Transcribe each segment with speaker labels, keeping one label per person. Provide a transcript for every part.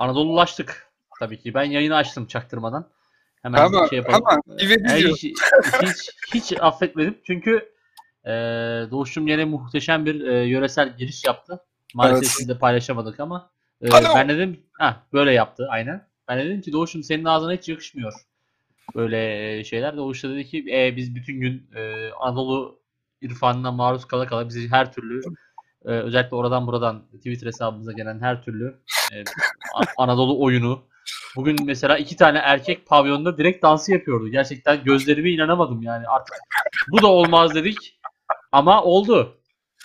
Speaker 1: Anadolulaştık tabii ki. Ben yayını açtım çaktırmadan. Hemen
Speaker 2: Hemen
Speaker 1: şey yapalım.
Speaker 2: hemen ivedi diyor.
Speaker 1: Hiç affetmedim. Çünkü Doğuş'um yine muhteşem bir yöresel giriş yaptı.
Speaker 2: Evet.
Speaker 1: Maalesef siz de paylaşamadık ama ben
Speaker 2: Alo.
Speaker 1: dedim böyle yaptı aynen. Ben dedim ki Doğuş'um senin ağzına hiç yakışmıyor böyle şeyler. Doğuş da dedi ki biz bütün gün Anadolu irfanına maruz kala kala bizi her türlü özellikle oradan buradan Twitter hesabımıza gelen her türlü Anadolu oyunu. Bugün mesela iki tane erkek pavyonda direkt dansı yapıyordu. Gerçekten gözlerime inanamadım yani. Artık bu da olmaz dedik ama oldu.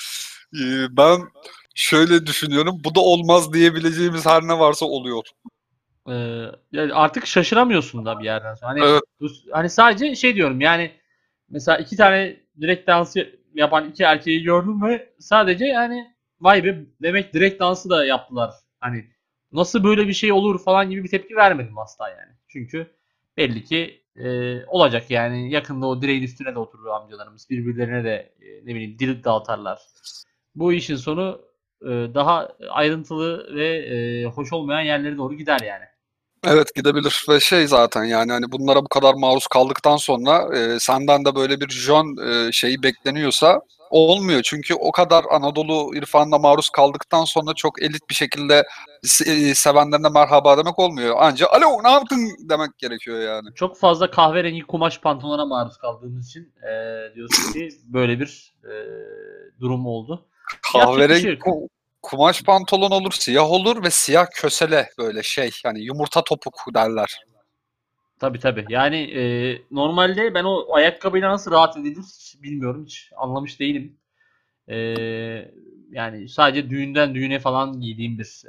Speaker 2: Ben şöyle düşünüyorum. Bu da olmaz diyebileceğimiz her ne varsa oluyor.
Speaker 1: Ee, Yani artık şaşıramıyorsun da bir yerden sonra.
Speaker 2: Evet.
Speaker 1: Hani sadece şey diyorum yani mesela iki tane direkt dansı yapan iki erkeği gördüm ve sadece yani vay be demek direkt dansı da yaptılar. Hani nasıl böyle bir şey olur falan gibi bir tepki vermedim asla yani. Çünkü belli ki olacak yani yakında o direğin üstüne de oturur amcalarımız. Birbirlerine de ne bileyim dil dağıtarlar. Bu işin sonu daha ayrıntılı ve hoş olmayan yerlere doğru gider yani.
Speaker 2: Evet, gidebilir ve şey zaten yani hani bunlara bu kadar maruz kaldıktan sonra senden de böyle bir jön şeyi bekleniyorsa olmuyor. Çünkü o kadar Anadolu irfanına maruz kaldıktan sonra çok elit bir şekilde sevenlerine merhaba demek olmuyor. Anca alo ne yaptın demek gerekiyor yani.
Speaker 1: Çok fazla kahverengi kumaş pantolona maruz kaldığımız için diyorsun ki böyle bir durum oldu. Yapacak bir
Speaker 2: Kahverengi
Speaker 1: şey yok.
Speaker 2: kumaş pantolon olur, siyah olur ve siyah kösele böyle şey yani yumurta topuk derler.
Speaker 1: Tabii tabii. Yani normalde ben o ayakkabıyla nasıl rahat edilir hiç bilmiyorum. Hiç anlamış değilim. E, Yani sadece düğünden düğüne falan giydiğim bir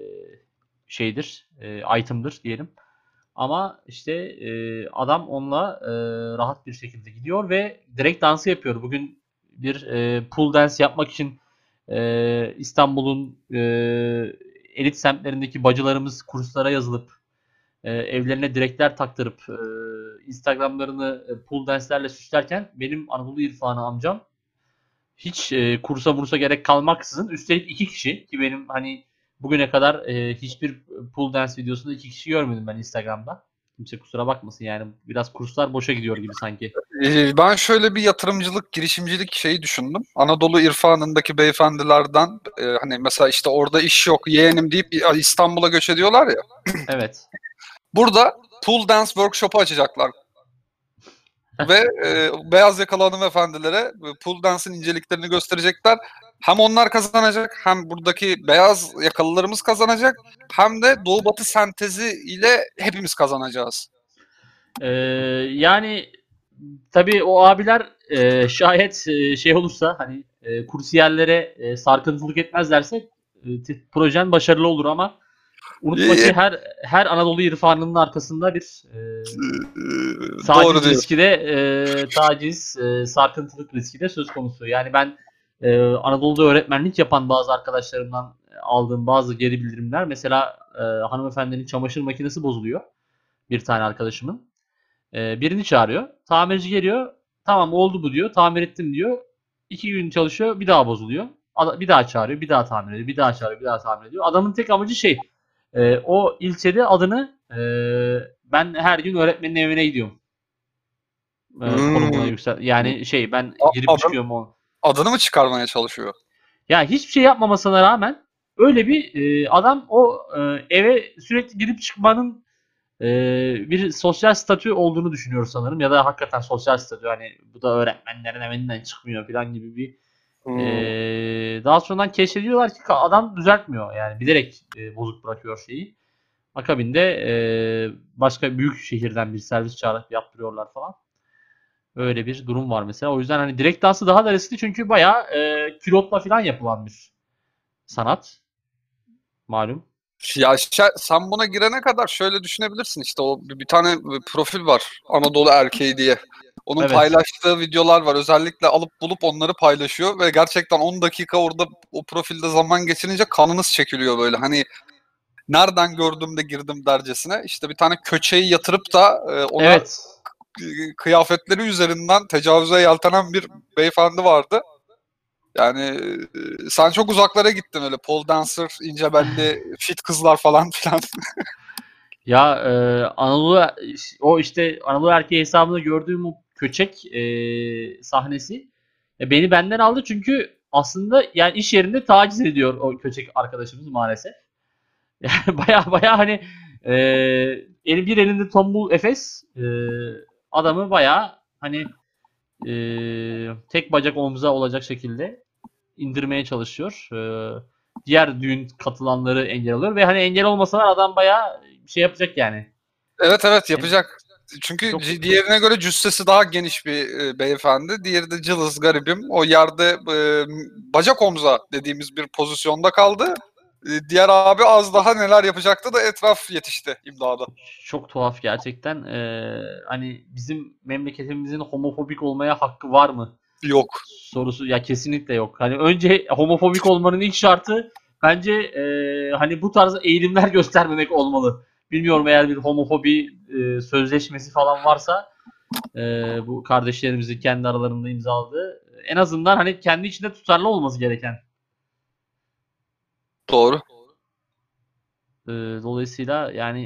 Speaker 1: şeydir. Item'dır diyelim. Ama işte adam onunla rahat bir şekilde gidiyor ve direkt dansı yapıyor. Bugün bir pool dance yapmak için İstanbul'un elit semtlerindeki bacılarımız kurslara yazılıp evlerine direkler taktırıp Instagram'larını pool dance'lerle süslerken benim Anadolu İrfanı amcam hiç kursa mursa gerek kalmaksızın üstelik iki kişi ki benim hani bugüne kadar hiçbir pool dance videosunda iki kişi görmedim ben Instagram'da. Kimse kusura bakmasın yani biraz kurslar boşa gidiyor gibi sanki.
Speaker 2: Ben şöyle bir yatırımcılık, girişimcilik şeyi düşündüm. Anadolu irfanındaki beyefendilerden hani mesela işte orada iş yok, yeğenim deyip İstanbul'a göç ediyorlar ya.
Speaker 1: Evet.
Speaker 2: Burada pool dance workshop'u açacaklar. Ve beyaz yakalı hanımefendilere pool dance'ın inceliklerini gösterecekler. Hem onlar kazanacak, hem buradaki beyaz yakalılarımız kazanacak, hem de Doğu Batı sentezi ile hepimiz kazanacağız.
Speaker 1: Ee, Yani tabii o abiler şayet şey olursa hani kursiyerlere sarkıntılık etmezlerse projen başarılı olur ama unutma
Speaker 2: E,
Speaker 1: ki her Anadolu irfanının arkasında bir
Speaker 2: Doğru
Speaker 1: taciz
Speaker 2: diyor.
Speaker 1: riski de sarkıntılık riski de söz konusu. Yani ben Anadolu'da öğretmenlik yapan bazı arkadaşlarımdan aldığım bazı geri bildirimler mesela hanımefendinin çamaşır makinesi bozuluyor bir tane arkadaşımın. Birini çağırıyor. Tamirci geliyor. Tamam oldu bu diyor. Tamir ettim diyor. 2 gün çalışıyor. Bir daha bozuluyor. Bir daha çağırıyor. Bir daha tamir ediyor. Bir daha çağırıyor. Bir daha tamir ediyor. Adamın tek amacı şey. O ilçede adını ben her gün öğretmenin evine gidiyorum. Konumuna
Speaker 2: Hmm.
Speaker 1: yüksel. Yani şey ben girip
Speaker 2: Adın,
Speaker 1: çıkıyorum o.
Speaker 2: adını mı çıkarmaya çalışıyor?
Speaker 1: Ya hiçbir şey yapmamasına rağmen öyle bir adam o eve sürekli girip çıkmanın bir sosyal statü olduğunu düşünüyor sanırım. Ya da hakikaten sosyal statü. Hani bu da öğretmenlerin evinden çıkmıyor falan gibi bir
Speaker 2: Hmm.
Speaker 1: daha sonradan keşfediyorlar ki adam düzeltmiyor. Yani bilerek bozuk bırakıyor şeyi. Akabinde başka büyük şehirden bir servis çağırıp yaptırıyorlar falan. Öyle bir durum var mesela. O yüzden hani direkt dansı daha da riskli çünkü bayağı külotla falan yapılan bir sanat. Malum.
Speaker 2: Ya sen buna girene kadar şöyle düşünebilirsin işte o bir tane profil var Anadolu erkeği diye. Onun
Speaker 1: Evet.
Speaker 2: paylaştığı videolar var. Özellikle alıp bulup onları paylaşıyor ve gerçekten 10 dakika orada o profilde zaman geçirince kanınız çekiliyor böyle. Hani nereden gördüm de girdim dercesine. İşte bir tane köçeği yatırıp da ona
Speaker 1: Evet.
Speaker 2: kıyafetleri üzerinden tecavüze yeltenen bir beyefendi vardı. Yani sen çok uzaklara gittin öyle. Pole dancer, ince belli, fit kızlar falan filan.
Speaker 1: Ya Anadolu o işte Anadolu erkeği hesabında gördüğüm o köçek sahnesi beni benden aldı çünkü aslında yani iş yerinde taciz ediyor o köçek arkadaşımız maalesef. Yani baya baya hani bir elinde tombul Efes adamı baya hani tek bacak omuza olacak şekilde indirmeye çalışıyor. Diğer düğün katılanları engel alıyor ve hani engel olmasalar adam bayağı şey yapacak yani.
Speaker 2: Evet evet
Speaker 1: Hem
Speaker 2: yapacak. Çünkü
Speaker 1: çok
Speaker 2: diğerine göre cüssesi daha geniş bir beyefendi. Diğeri de cılız garibim. O yerde bacak omza dediğimiz bir pozisyonda kaldı. Diğer abi az daha neler yapacaktı da etraf yetişti imdada.
Speaker 1: çok tuhaf gerçekten. Hani bizim memleketimizin homofobik olmaya hakkı var mı?
Speaker 2: Yok.
Speaker 1: Sorusu ya kesinlikle yok. Hani önce homofobik olmanın ilk şartı bence hani bu tarz eğilimler göstermemek olmalı. Bilmiyorum eğer bir homofobi sözleşmesi falan varsa bu kardeşlerimizin kendi aralarında imzaladığı en azından hani kendi içinde tutarlı olması gereken.
Speaker 2: Doğru.
Speaker 1: Dolayısıyla yani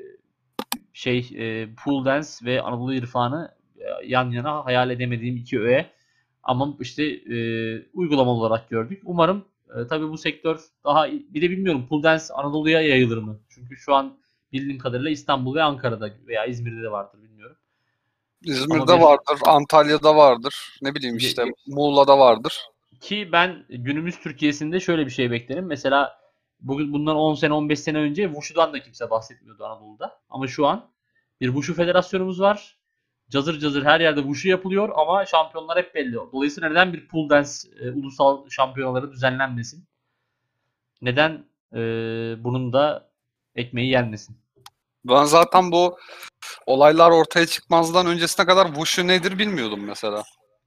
Speaker 1: Pool Dance ve Anadolu İrfanı yan yana hayal edemediğim iki öğe. Ama işte uygulamalı olarak gördük. Umarım tabii bu sektör daha bir de bilmiyorum Pool Dance Anadolu'ya yayılır mı? Çünkü şu an bildiğim kadarıyla İstanbul ve Ankara'da veya İzmir'de de vardır bilmiyorum. Ama
Speaker 2: İzmir'de
Speaker 1: bir
Speaker 2: vardır, Antalya'da vardır. Ne bileyim işte Muğla'da vardır.
Speaker 1: ki ben günümüz Türkiye'sinde şöyle bir şey beklerim. Mesela bugün bundan 10 sene 15 sene önce Wushu'dan da kimse bahsetmiyordu Anadolu'da. Ama şu an bir Wushu federasyonumuz var. Cazır cazır her yerde Wushu yapılıyor ama şampiyonlar hep belli. Dolayısıyla neden bir pool dance ulusal şampiyonaları düzenlenmesin? Neden bunun da ekmeği yenmesin?
Speaker 2: Ben zaten bu olaylar ortaya çıkmazdan öncesine kadar Wushu nedir bilmiyordum mesela.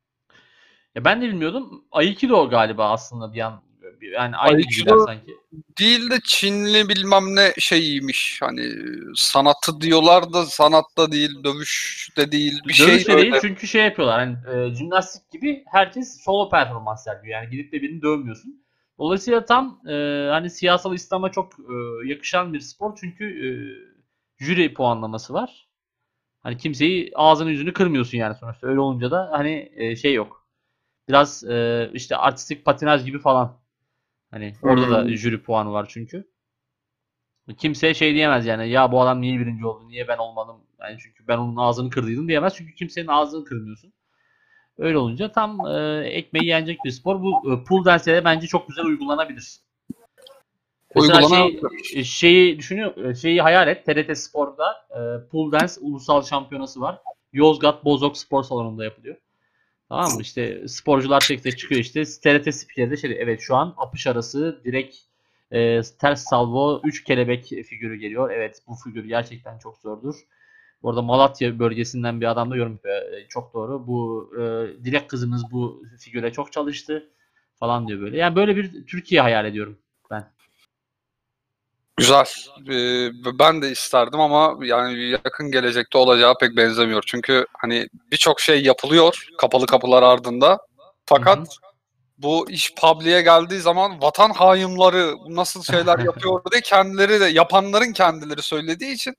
Speaker 1: Ya ben de bilmiyordum. Aikido galiba aslında bir an yani aynı gibiler
Speaker 2: Aikido
Speaker 1: sanki.
Speaker 2: değil de Çinli bilmem ne şeyiymiş. Hani sanatı diyorlar da sanatta değil, dövüşte değil bir şey
Speaker 1: Dövüş de değil
Speaker 2: öyle.
Speaker 1: çünkü şey yapıyorlar hani jimnastik gibi herkes solo performans sergiliyor. Yani gidip de birini dövmüyorsun. Dolayısıyla tam hani siyasal İslam'a çok yakışan bir spor çünkü jüri puanlaması var. Hani kimseyi ağzını yüzünü kırmıyorsun yani sonuçta. Öyle olunca da hani şey yok. Biraz işte artistik patinaj gibi falan. Hani orada da
Speaker 2: Hmm.
Speaker 1: jüri puanı var çünkü. Kimse şey diyemez yani ya bu adam niye birinci oldu niye ben olmadım yani çünkü ben onun ağzını kırdıydım diyemez çünkü kimsenin ağzını kırmıyorsun. Öyle olunca tam ekmeği yenecek bir spor. Bu pool dance'e bence çok güzel uygulanabilir. Mesela
Speaker 2: Uygulanabilir.
Speaker 1: şeyi düşünüyor şeyi hayal et TRT Spor'da pool dance ulusal şampiyonası var. Yozgat Bozok Spor Salonu'nda yapılıyor. Tamam mı? İşte sporcular tek tek çıkıyor işte. TRT spikeri de şey evet şu an apış arası direkt ters salvo 3 kelebek figürü geliyor. Evet bu figür gerçekten çok zordur. Bu arada Malatya bölgesinden bir adam da yorum yapıyor. Çok doğru. Bu Dilek kızımız bu figüre çok çalıştı falan diyor böyle. Yani böyle bir Türkiye hayal ediyorum ben.
Speaker 2: Güzel. Ben de isterdim ama yani yakın gelecekte olacağı pek benzemiyor. Çünkü hani birçok şey yapılıyor kapalı kapılar ardında.
Speaker 1: Hı hı.
Speaker 2: Fakat bu iş public'e geldiği zaman vatan hainleri nasıl şeyler yapıyor diye kendileri de yapanların kendileri söylediği için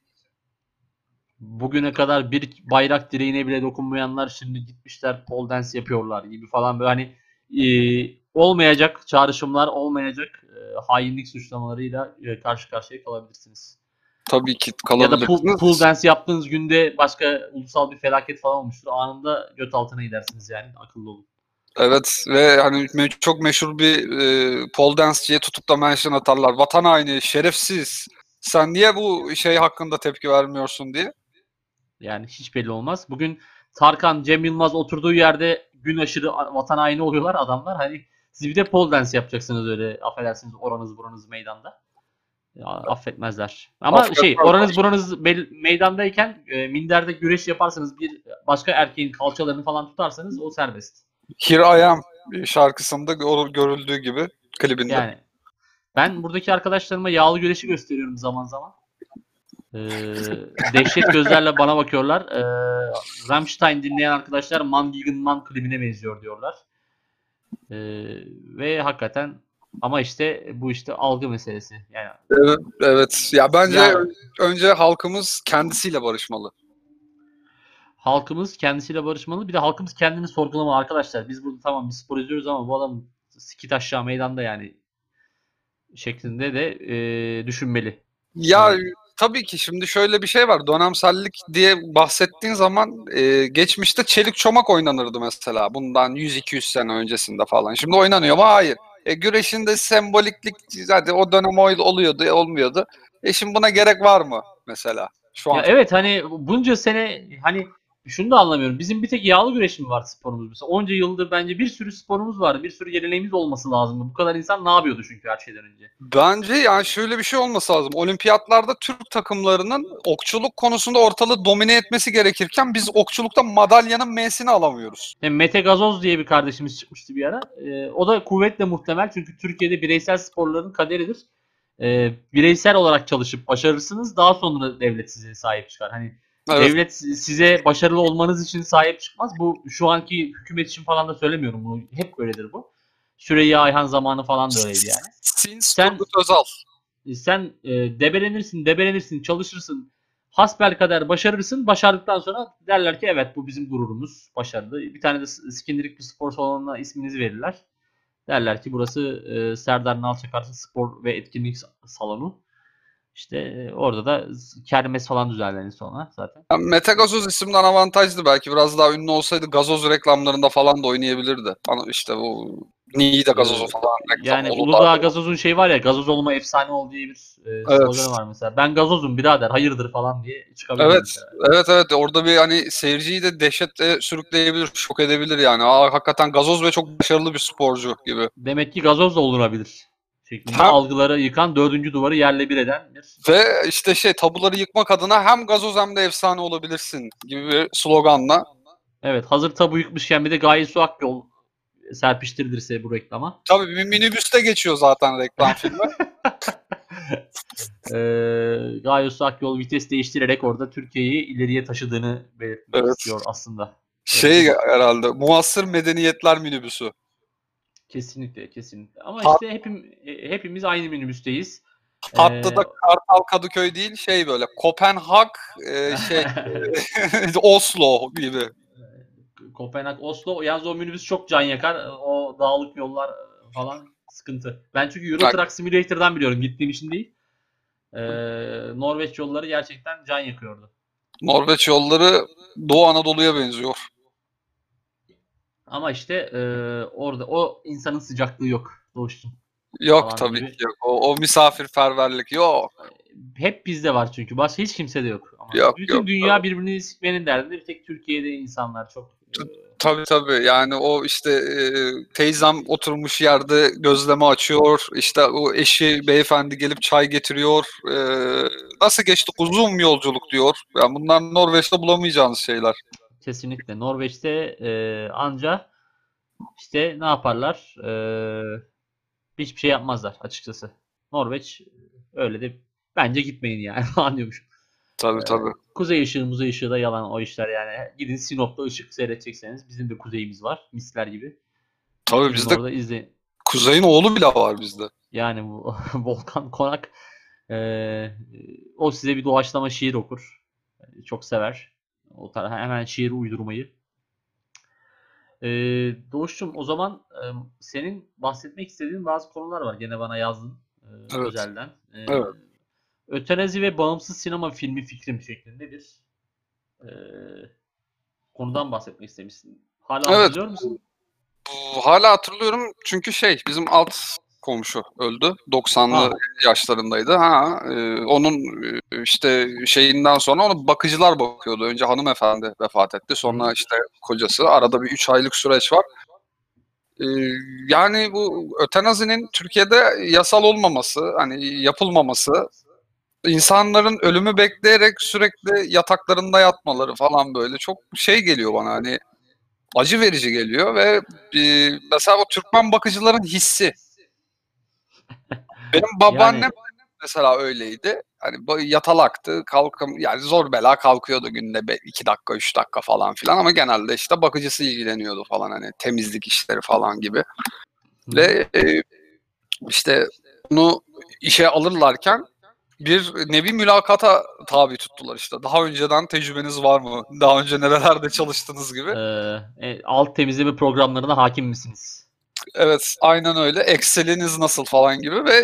Speaker 1: Bugüne kadar bir bayrak direğine bile dokunmayanlar şimdi gitmişler pole dance yapıyorlar gibi falan böyle hani olmayacak çağrışımlar, olmayacak hainlik suçlamalarıyla karşı karşıya kalabilirsiniz.
Speaker 2: tabii ki
Speaker 1: Ya da pool
Speaker 2: kalabilirsiniz.
Speaker 1: dance yaptığınız günde başka ulusal bir felaket falan olmuştur. Anında göt altına gidersiniz yani. Akıllı olun.
Speaker 2: Evet ve hani çok meşhur bir pole dance'ciye tutup da mention atarlar. Vatan haini, şerefsiz. Sen niye bu şey hakkında tepki vermiyorsun diye.
Speaker 1: Yani hiç belli olmaz. Bugün Tarkan, Cem Yılmaz oturduğu yerde gün aşırı vatan haini oluyorlar adamlar. Hani siz bir de pole dance yapacaksınız öyle affedersiniz oranız buranız meydanda. Ya, affetmezler. Ama şey oranız
Speaker 2: Affetmezler.
Speaker 1: buranız meydandayken minderde güreş yaparsanız bir başka erkeğin kalçalarını falan tutarsanız o serbest.
Speaker 2: Here I Am şarkısında görüldüğü gibi klibinde.
Speaker 1: Yani ben buradaki arkadaşlarıma yağlı güreşi gösteriyorum zaman zaman. Ee, dehşet gözlerle bana bakıyorlar. Rammstein dinleyen arkadaşlar Man gegen Man klibine benziyor diyorlar. E, ve hakikaten ama işte bu işte algı meselesi. Yani
Speaker 2: Evet, evet. Ya bence
Speaker 1: ya
Speaker 2: önce halkımız kendisiyle barışmalı.
Speaker 1: halkımız kendisiyle barışmalı. Bir de halkımız kendini sorgulamalı arkadaşlar. Biz burada tamam bir spor izliyoruz ama bu adam sikit aşağı meydanda yani şeklinde de düşünmeli.
Speaker 2: Ya
Speaker 1: Hani
Speaker 2: tabii ki şimdi şöyle bir şey var. Dönemsellik diye bahsettiğin zaman geçmişte çelik çomak oynanırdı mesela. Bundan 100-200 sene öncesinde falan. Şimdi oynanıyor mu? Hayır. Güreşin de semboliklik zaten o dönem oluyordu, olmuyordu. Şimdi buna gerek var mı mesela? Şu
Speaker 1: ya
Speaker 2: an.
Speaker 1: evet hani bunca sene hani şunu da anlamıyorum. Bizim bir tek yağlı güreş mi var sporumuz mesela? Onca yıldır bence bir sürü sporumuz vardı. Bir sürü geleneğimiz olması lazımdı. Bu kadar insan ne yapıyordu çünkü her şeyden önce?
Speaker 2: Bence yani şöyle bir şey olması lazım. Olimpiyatlarda Türk takımlarının okçuluk konusunda ortalığı domine etmesi gerekirken biz okçulukta madalyanın M'sini alamıyoruz.
Speaker 1: Hem Mete Gazoz diye bir kardeşimiz çıkmıştı bir ara. O da kuvvetle muhtemel çünkü Türkiye'de bireysel sporların kaderidir. Bireysel olarak çalışıp başarırsınız. Daha sonra devlet size sahip çıkar. Hani
Speaker 2: Evet.
Speaker 1: devlet size başarılı olmanız için sahip çıkmaz. Bu şu anki hükümet için falan da söylemiyorum bunu. Hep böyledir bu. Süreyya Ayhan zamanı falan da öyleydi yani.
Speaker 2: Since
Speaker 1: Sen
Speaker 2: Turgut Özal.
Speaker 1: debelenirsin, çalışırsın. Hasbelkader başarırsın. Başardıktan sonra derler ki evet bu bizim gururumuz. Başardı. Bir tane de skindirik bir spor salonuna isminizi verirler. Derler ki burası Serdar Nalçakart'ın spor ve etkinlik salonu. İşte orada da kermes falan düzenlenir sonra zaten.
Speaker 2: Yani Mete Gazoz isimden avantajlı. Belki biraz daha ünlü olsaydı gazoz reklamlarında falan da oynayabilirdi. Hani işte bu Niğde gazozu
Speaker 1: Ee,
Speaker 2: falan reklamı
Speaker 1: yani Uludağ
Speaker 2: Uludağ'da.
Speaker 1: gazozun şey var ya gazoz olma efsane ol diye bir sloganı
Speaker 2: Evet.
Speaker 1: var mesela. Ben gazozum birader hayırdır falan diye çıkabilir
Speaker 2: Evet.
Speaker 1: mesela.
Speaker 2: Evet. Orada bir hani seyirciyi de dehşete sürükleyebilir, şok edebilir yani. Hakikaten gazoz ve çok başarılı bir sporcu gibi.
Speaker 1: Demek ki gazoz da olunabilir şeklinde
Speaker 2: Hem
Speaker 1: algıları yıkan dördüncü duvarı yerle bir eden bir
Speaker 2: ve işte tabuları yıkmak adına hem gazoz hem de efsane olabilirsin gibi bir sloganla.
Speaker 1: evet hazır tabu yıkmışken bir de Gaye Su Akyol serpiştirilirse bu reklama.
Speaker 2: Tabii bir minibüste geçiyor zaten reklam filmi.
Speaker 1: Gaye Su Akyol vites değiştirerek orada Türkiye'yi ileriye taşıdığını belirtmek
Speaker 2: Evet.
Speaker 1: istiyor aslında. Öyle
Speaker 2: Şey
Speaker 1: değil mi?
Speaker 2: herhalde muasır medeniyetler minibüsü.
Speaker 1: Kesinlikle kesinlikle. Ama
Speaker 2: Hat,
Speaker 1: işte hepimiz aynı minibüsteyiz.
Speaker 2: hatta
Speaker 1: Ee,
Speaker 2: da Kartal Kadıköy değil böyle Kopenhag Oslo gibi.
Speaker 1: Kopenhag, Oslo. Yalnız o minibüs çok can yakar. O dağlık yollar falan sıkıntı. Ben çünkü Euro
Speaker 2: Yani
Speaker 1: Truck Simulator'dan biliyorum. Gittiğim için değil. Norveç yolları gerçekten can yakıyordu.
Speaker 2: Norveç yolları Doğu Anadolu'ya benziyor.
Speaker 1: Ama işte orada o insanın sıcaklığı yok. Doğuştum
Speaker 2: Yok
Speaker 1: falan
Speaker 2: tabii ki
Speaker 1: gibi.
Speaker 2: yok. O misafirperverlik yok.
Speaker 1: Hep bizde var çünkü. Başka hiç kimse de yok. Ama
Speaker 2: Yok
Speaker 1: bütün
Speaker 2: yok.
Speaker 1: dünya birbirini sikmenin derdinde. Bir tek Türkiye'de insanlar çok
Speaker 2: Tabii yani o işte teyzem oturmuş yerde gözleme açıyor. İşte o eşi beyefendi gelip çay getiriyor. Nasıl geçti kuzum yolculuk diyor. Yani bunlar Norveç'te bulamayacağınız şeyler.
Speaker 1: kesinlikle. Norveç'te anca işte ne yaparlar? Hiçbir şey yapmazlar açıkçası. Norveç öyle de bence gitmeyin yani falan diyormuş.
Speaker 2: Tabii.
Speaker 1: Kuzey ışığı, muzey ışığı da yalan o işler yani. Gidin Sinop'ta ışık seyredecekseniz bizim de kuzeyimiz var. Misler gibi.
Speaker 2: Tabii
Speaker 1: Gidin
Speaker 2: bizde
Speaker 1: orada izleyin.
Speaker 2: kuzeyin oğlu bile var bizde.
Speaker 1: Yani bu Volkan Konak o size bir doğaçlama şiir okur. Çok sever. Hemen şiir uydurmayı. Doğuş'cum o zaman senin bahsetmek istediğin bazı konular var. Gene bana yazdın
Speaker 2: Evet.
Speaker 1: özelden.
Speaker 2: Evet.
Speaker 1: Ötenazi ve bağımsız sinema filmi fikrim şeklinde bir e, konudan bahsetmek istemişsin. Hala
Speaker 2: Evet.
Speaker 1: hatırlıyor musun?
Speaker 2: Hala hatırlıyorum çünkü bizim alt komşu öldü. 90'lı
Speaker 1: Aa,
Speaker 2: yaşlarındaydı. Onun işte şeyinden sonra onu bakıcılar bakıyordu. Önce hanımefendi vefat etti.
Speaker 1: hı hı.
Speaker 2: Sonra işte kocası. Arada bir 3 aylık süreç var. E, Yani bu ötenazinin Türkiye'de yasal olmaması, hani yapılmaması, insanların ölümü bekleyerek sürekli yataklarında yatmaları falan böyle çok geliyor bana hani acı verici geliyor ve mesela o Türkmen bakıcıların hissi. Benim babaannem
Speaker 1: Yani
Speaker 2: mesela öyleydi. hani yatalaktı. Yani zor bela kalkıyordu günde 2 dakika 3 dakika falan filan ama genelde işte bakıcısı ilgileniyordu falan hani temizlik işleri falan gibi.
Speaker 1: Hı hı.
Speaker 2: Ve işte bunu işe alırlarken bir nevi mülakata tabi tuttular işte. Daha önceden tecrübeniz var mı? Daha önce nerelerde çalıştınız gibi.
Speaker 1: Alt temizleme programlarına hakim misiniz?
Speaker 2: Evet, aynen öyle. Excel'iniz nasıl falan gibi ve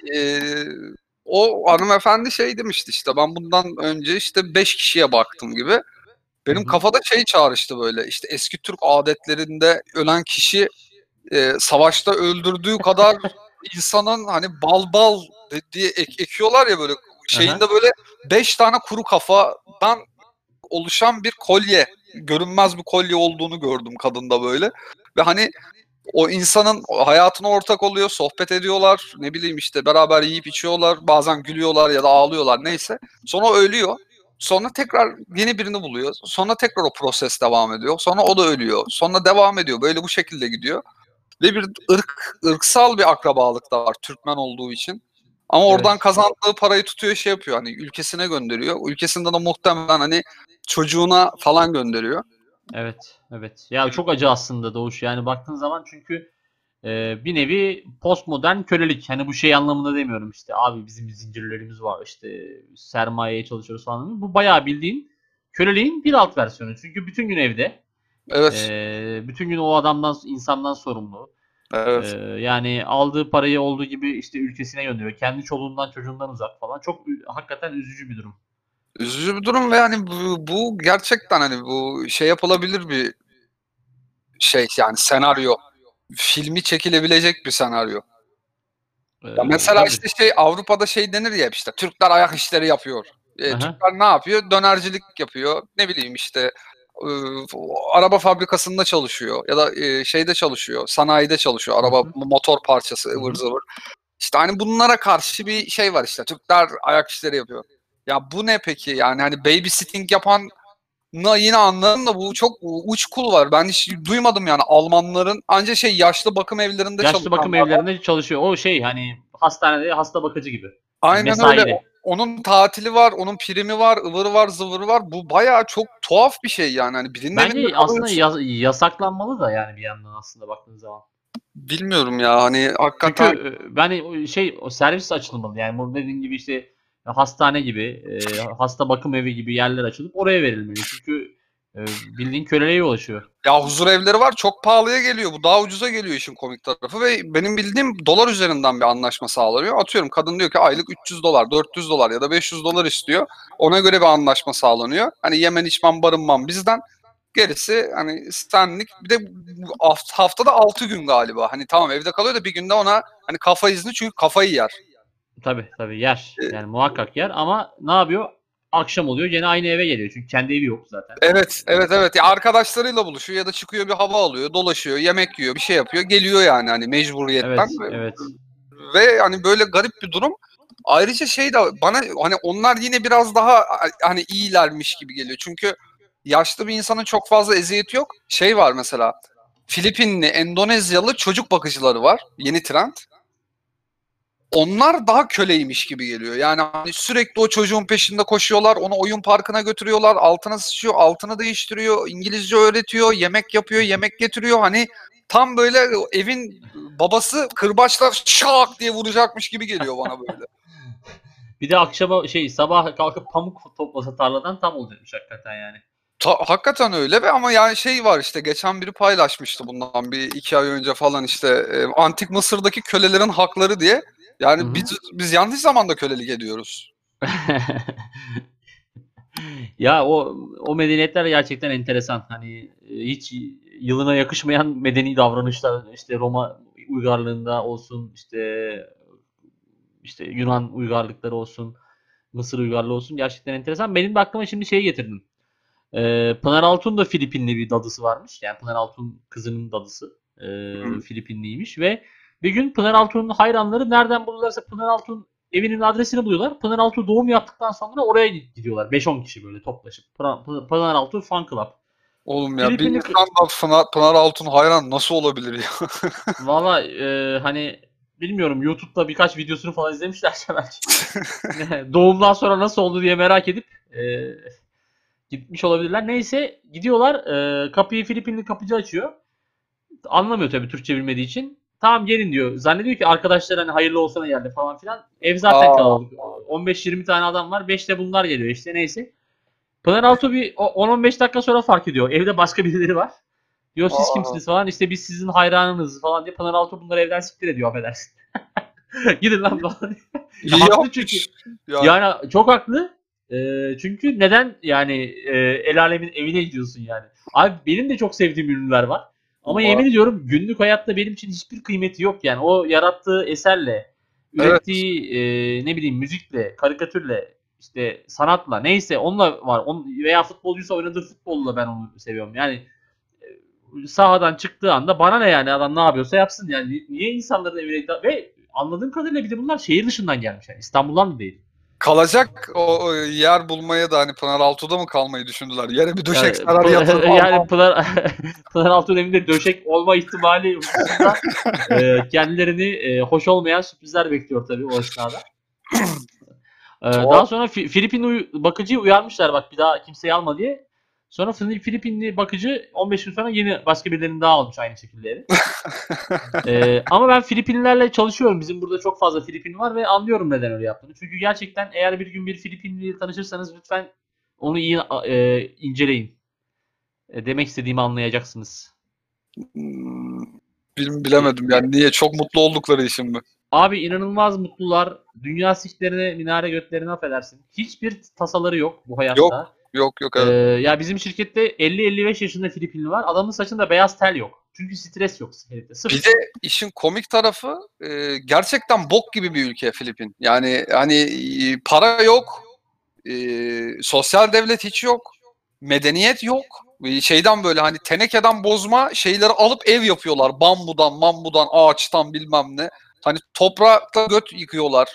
Speaker 2: o hanımefendi şey demişti işte ben bundan önce işte 5 kişiye baktım gibi.
Speaker 1: Hı
Speaker 2: Benim
Speaker 1: hı.
Speaker 2: kafada şey çağrıştı böyle işte eski Türk adetlerinde ölen kişi savaşta öldürdüğü kadar insanın hani bal diye ekiyorlar ya böyle
Speaker 1: Aha.
Speaker 2: şeyinde böyle 5 tane kuru kafadan oluşan bir kolye, görünmez bir kolye olduğunu gördüm kadında böyle. Ve hani o insanın hayatına ortak oluyor, sohbet ediyorlar, ne bileyim işte beraber yiyip içiyorlar, bazen gülüyorlar ya da ağlıyorlar neyse. Sonra ölüyor. Sonra tekrar yeni birini buluyor. Sonra tekrar o proses devam ediyor. Sonra o da ölüyor. Sonra devam ediyor. Böyle bu şekilde gidiyor. Ve bir ırksal bir akrabalık da var Türkmen olduğu için. Ama oradan
Speaker 1: Evet.
Speaker 2: kazandığı parayı tutuyor şey yapıyor hani ülkesine gönderiyor. Ülkesinde de muhtemelen hani çocuğuna falan gönderiyor.
Speaker 1: Evet. Evet. Ya çok acı aslında Doğuş. Yani baktığın zaman çünkü bir nevi postmodern kölelik. Hani bu şey anlamında demiyorum işte abi bizim zincirlerimiz var işte sermayeye çalışıyoruz falan. Bu bayağı bildiğin köleliğin bir alt versiyonu. Çünkü bütün gün evde.
Speaker 2: Evet,
Speaker 1: Bütün gün o adamdan, insandan sorumlu.
Speaker 2: evet.
Speaker 1: Yani aldığı parayı olduğu gibi işte ülkesine gönderiyor. Kendi çoluğundan çocuğundan uzak falan. Çok hakikaten üzücü bir durum.
Speaker 2: Üzücü bir durum ve hani bu gerçekten hani bu şey yapılabilir bir şey yani senaryo. Filmi çekilebilecek bir senaryo. Ya mesela
Speaker 1: Tabii.
Speaker 2: işte şey Avrupa'da şey denir ya işte Türkler ayak işleri yapıyor.
Speaker 1: Aha.
Speaker 2: Türkler ne yapıyor? Dönercilik yapıyor. Ne bileyim işte e, araba fabrikasında çalışıyor ya da şeyde çalışıyor, sanayide çalışıyor.
Speaker 1: Hı
Speaker 2: Araba
Speaker 1: hı.
Speaker 2: motor parçası
Speaker 1: Hı
Speaker 2: ıvır
Speaker 1: hı.
Speaker 2: zıvır. İşte hani bunlara karşı bir şey var işte. Türkler ayak işleri yapıyor. Ya bu ne peki? Yani hani babysitting yapan yine anlarım da bu çok uç kul var. Ben hiç duymadım yani Almanların anca şey yaşlı bakım evlerinde
Speaker 1: Yaşlı bakım
Speaker 2: çalışanlar var.
Speaker 1: evlerinde çalışıyor. O şey hani hastanede hasta bakıcı gibi. Hani
Speaker 2: Aynen öyle.
Speaker 1: mesaili.
Speaker 2: Onun tatili var, onun primi var, ıvırı var, zıvırı var. Bu bayağı çok tuhaf bir şey yani. Hani birinin evinde
Speaker 1: Bence aslında
Speaker 2: kalıyorsun.
Speaker 1: yasaklanmalı da yani bir yandan aslında baktığın zaman.
Speaker 2: Bilmiyorum ya hani
Speaker 1: Çünkü
Speaker 2: hakikaten
Speaker 1: ben o servis açılmalı. Yani burada dediğin gibi işte hastane gibi, hasta bakım evi gibi yerler açılıp oraya verilmeli. Çünkü bildiğin köleliğe ulaşıyor.
Speaker 2: ya huzur evleri var çok pahalıya geliyor. Bu daha ucuza geliyor işin komik tarafı ve benim bildiğim dolar üzerinden bir anlaşma sağlanıyor. Atıyorum kadın diyor ki aylık 300 dolar, 400 dolar ya da 500 dolar istiyor. Ona göre bir anlaşma sağlanıyor. Hani yemen içmem barınmam bizden. Gerisi hani senlik. Bir de haftada 6 gün galiba. Hani tamam evde kalıyor da bir günde ona hani kafa izni çünkü kafayı yer.
Speaker 1: Tabii tabii yer.
Speaker 2: E,
Speaker 1: Yani muhakkak yer ama ne yapıyor? Akşam oluyor gene aynı eve geliyor. Çünkü kendi evi yok zaten.
Speaker 2: Evet, evet, evet. Ya arkadaşlarıyla buluşuyor ya da çıkıyor bir hava alıyor, dolaşıyor, yemek yiyor, bir şey yapıyor, geliyor yani hani mecburiyetten.
Speaker 1: Evet, evet.
Speaker 2: Ve hani böyle garip bir durum. Ayrıca şey de bana hani onlar yine biraz daha hani iyilermiş gibi geliyor. Çünkü yaşlı bir insanın çok fazla eziyeti yok. Şey var mesela Filipinli, Endonezyalı çocuk bakıcıları var. Yeni trend. Onlar daha köleymiş gibi geliyor. Yani hani sürekli o çocuğun peşinde koşuyorlar, onu oyun parkına götürüyorlar, altına sıçıyor, altını değiştiriyor, İngilizce öğretiyor, yemek yapıyor, yemek getiriyor. Hani tam böyle evin babası kırbaçla şak diye vuracakmış gibi geliyor bana böyle.
Speaker 1: Bir de akşama şey sabah kalkıp pamuk toplasa tarladan tam olacakmış hakikaten yani.
Speaker 2: Hakikaten öyle ve ama yani şey var işte geçen biri paylaşmıştı bundan bir 2 ay önce falan işte antik Mısır'daki kölelerin hakları diye.
Speaker 1: Hı
Speaker 2: Yani
Speaker 1: hı.
Speaker 2: biz yanlış zamanda kölelik ediyoruz.
Speaker 1: Ya o medeniyetler gerçekten enteresan. Hani hiç yılına yakışmayan medeni davranışlar işte Roma uygarlığında olsun işte Yunan uygarlıkları olsun, Mısır uygarlığı olsun gerçekten enteresan. Benim de aklıma şimdi şey getirdim. Pınar Altun da Filipinli bir dadısı varmış. Yani Pınar Altun kızının dadısı.
Speaker 2: Hı.
Speaker 1: Filipinliymiş ve bir gün Pınar Altun'un hayranları nereden bulurlarsa Pınar Altun evinin adresini buluyorlar. Pınar Altun doğum yaptıktan sonra oraya gidiyorlar. 5-10 kişi böyle toplaşıp. Pınar Altun Fan Club.
Speaker 2: Oğlum ya bir
Speaker 1: Filipinli
Speaker 2: insan da Pınar Altun hayran nasıl olabilir ya?
Speaker 1: valla hani bilmiyorum, YouTube'da birkaç videosunu falan izlemişlerse belki. Doğumdan sonra nasıl oldu diye merak edip gitmiş olabilirler. Neyse gidiyorlar. Kapıyı Filipinli kapıcı açıyor. Anlamıyor tabii Türkçe bilmediği için. Tamam gelin diyor. Zannediyor ki arkadaşlar hani hayırlı olsuna geldi falan filan. Ev zaten
Speaker 2: Aa,
Speaker 1: kalabalık. 15-20 tane adam var. 5 de bunlar geliyor işte neyse. Pınar Altuğ bir 10-15 dakika sonra fark ediyor. Evde başka birileri var. Diyor siz
Speaker 2: aa.
Speaker 1: kimsiniz falan. İşte biz sizin hayranınız falan diye Pınar Altuğ bunları evden siktir ediyor, affedersin. Gidin lan falan. Ya
Speaker 2: İyi
Speaker 1: haklı çünkü.
Speaker 2: yapmış. Yani
Speaker 1: Yani çok haklı. Çünkü neden yani el alemin evine gidiyorsun yani. Abi benim de çok sevdiğim ürünler var. Ama
Speaker 2: var.
Speaker 1: yemin ediyorum günlük hayatta benim için hiçbir kıymeti yok yani. O yarattığı eserle,
Speaker 2: Evet.
Speaker 1: ürettiği ne bileyim müzikle, karikatürle, işte sanatla neyse onunla var. Veya futbolcuysa oynadığı futbolla ben onu seviyorum. Yani sahadan çıktığı anda bana ne yani, adam ne yapıyorsa yapsın yani. Niye insanların evine ve anladığım kadarıyla bir de bunlar şehir dışından gelmiş yani. İstanbul'dan da değil.
Speaker 2: Kalacak o yer bulmaya da hani Pınaraltı'da mı kalmayı düşündüler? Yere bir döşek
Speaker 1: Yani,
Speaker 2: sarar yatırır.
Speaker 1: yani
Speaker 2: Allah.
Speaker 1: Pınar Altuğ'un evinde döşek olma ihtimali hususunda kendilerini hoş olmayan sürprizler bekliyor tabii o esnada.
Speaker 2: Tuhaf.
Speaker 1: Daha sonra Filipinli bakıcıyı uyarmışlar, bak bir daha kimseyi alma diye. Sonra Filipinli bakıcı 15 gün sonra yeni başka birilerini daha almış aynı şekilde evi. Ama ben Filipinlilerle çalışıyorum. Bizim burada çok fazla Filipinli var ve anlıyorum neden öyle yaptığını. Çünkü gerçekten eğer bir gün bir Filipinliyle tanışırsanız lütfen onu iyi inceleyin. Demek istediğimi anlayacaksınız.
Speaker 2: Hmm,
Speaker 1: E,
Speaker 2: bilemedim yani niye çok mutlu oldukları için mi?
Speaker 1: Abi inanılmaz mutlular. Dünya siklerine, minare göklerine, affedersin. Hiçbir tasaları yok bu
Speaker 2: Yok,
Speaker 1: hayatta.
Speaker 2: yok, yok,
Speaker 1: Ee,
Speaker 2: evet.
Speaker 1: Ya bizim şirkette 50-55 yaşında Filipinli var. Adamın saçında beyaz tel yok. Çünkü stres yok herifte.
Speaker 2: Bir
Speaker 1: Sıfır.
Speaker 2: de işin komik tarafı gerçekten bok gibi bir ülke Filipin. Yani hani para yok, sosyal devlet hiç yok, medeniyet yok. Şeyden böyle hani tenekeden bozma şeyleri alıp ev yapıyorlar. Bambudan, mambudan, ağaçtan bilmem ne. Hani toprakta göt yıkıyorlar.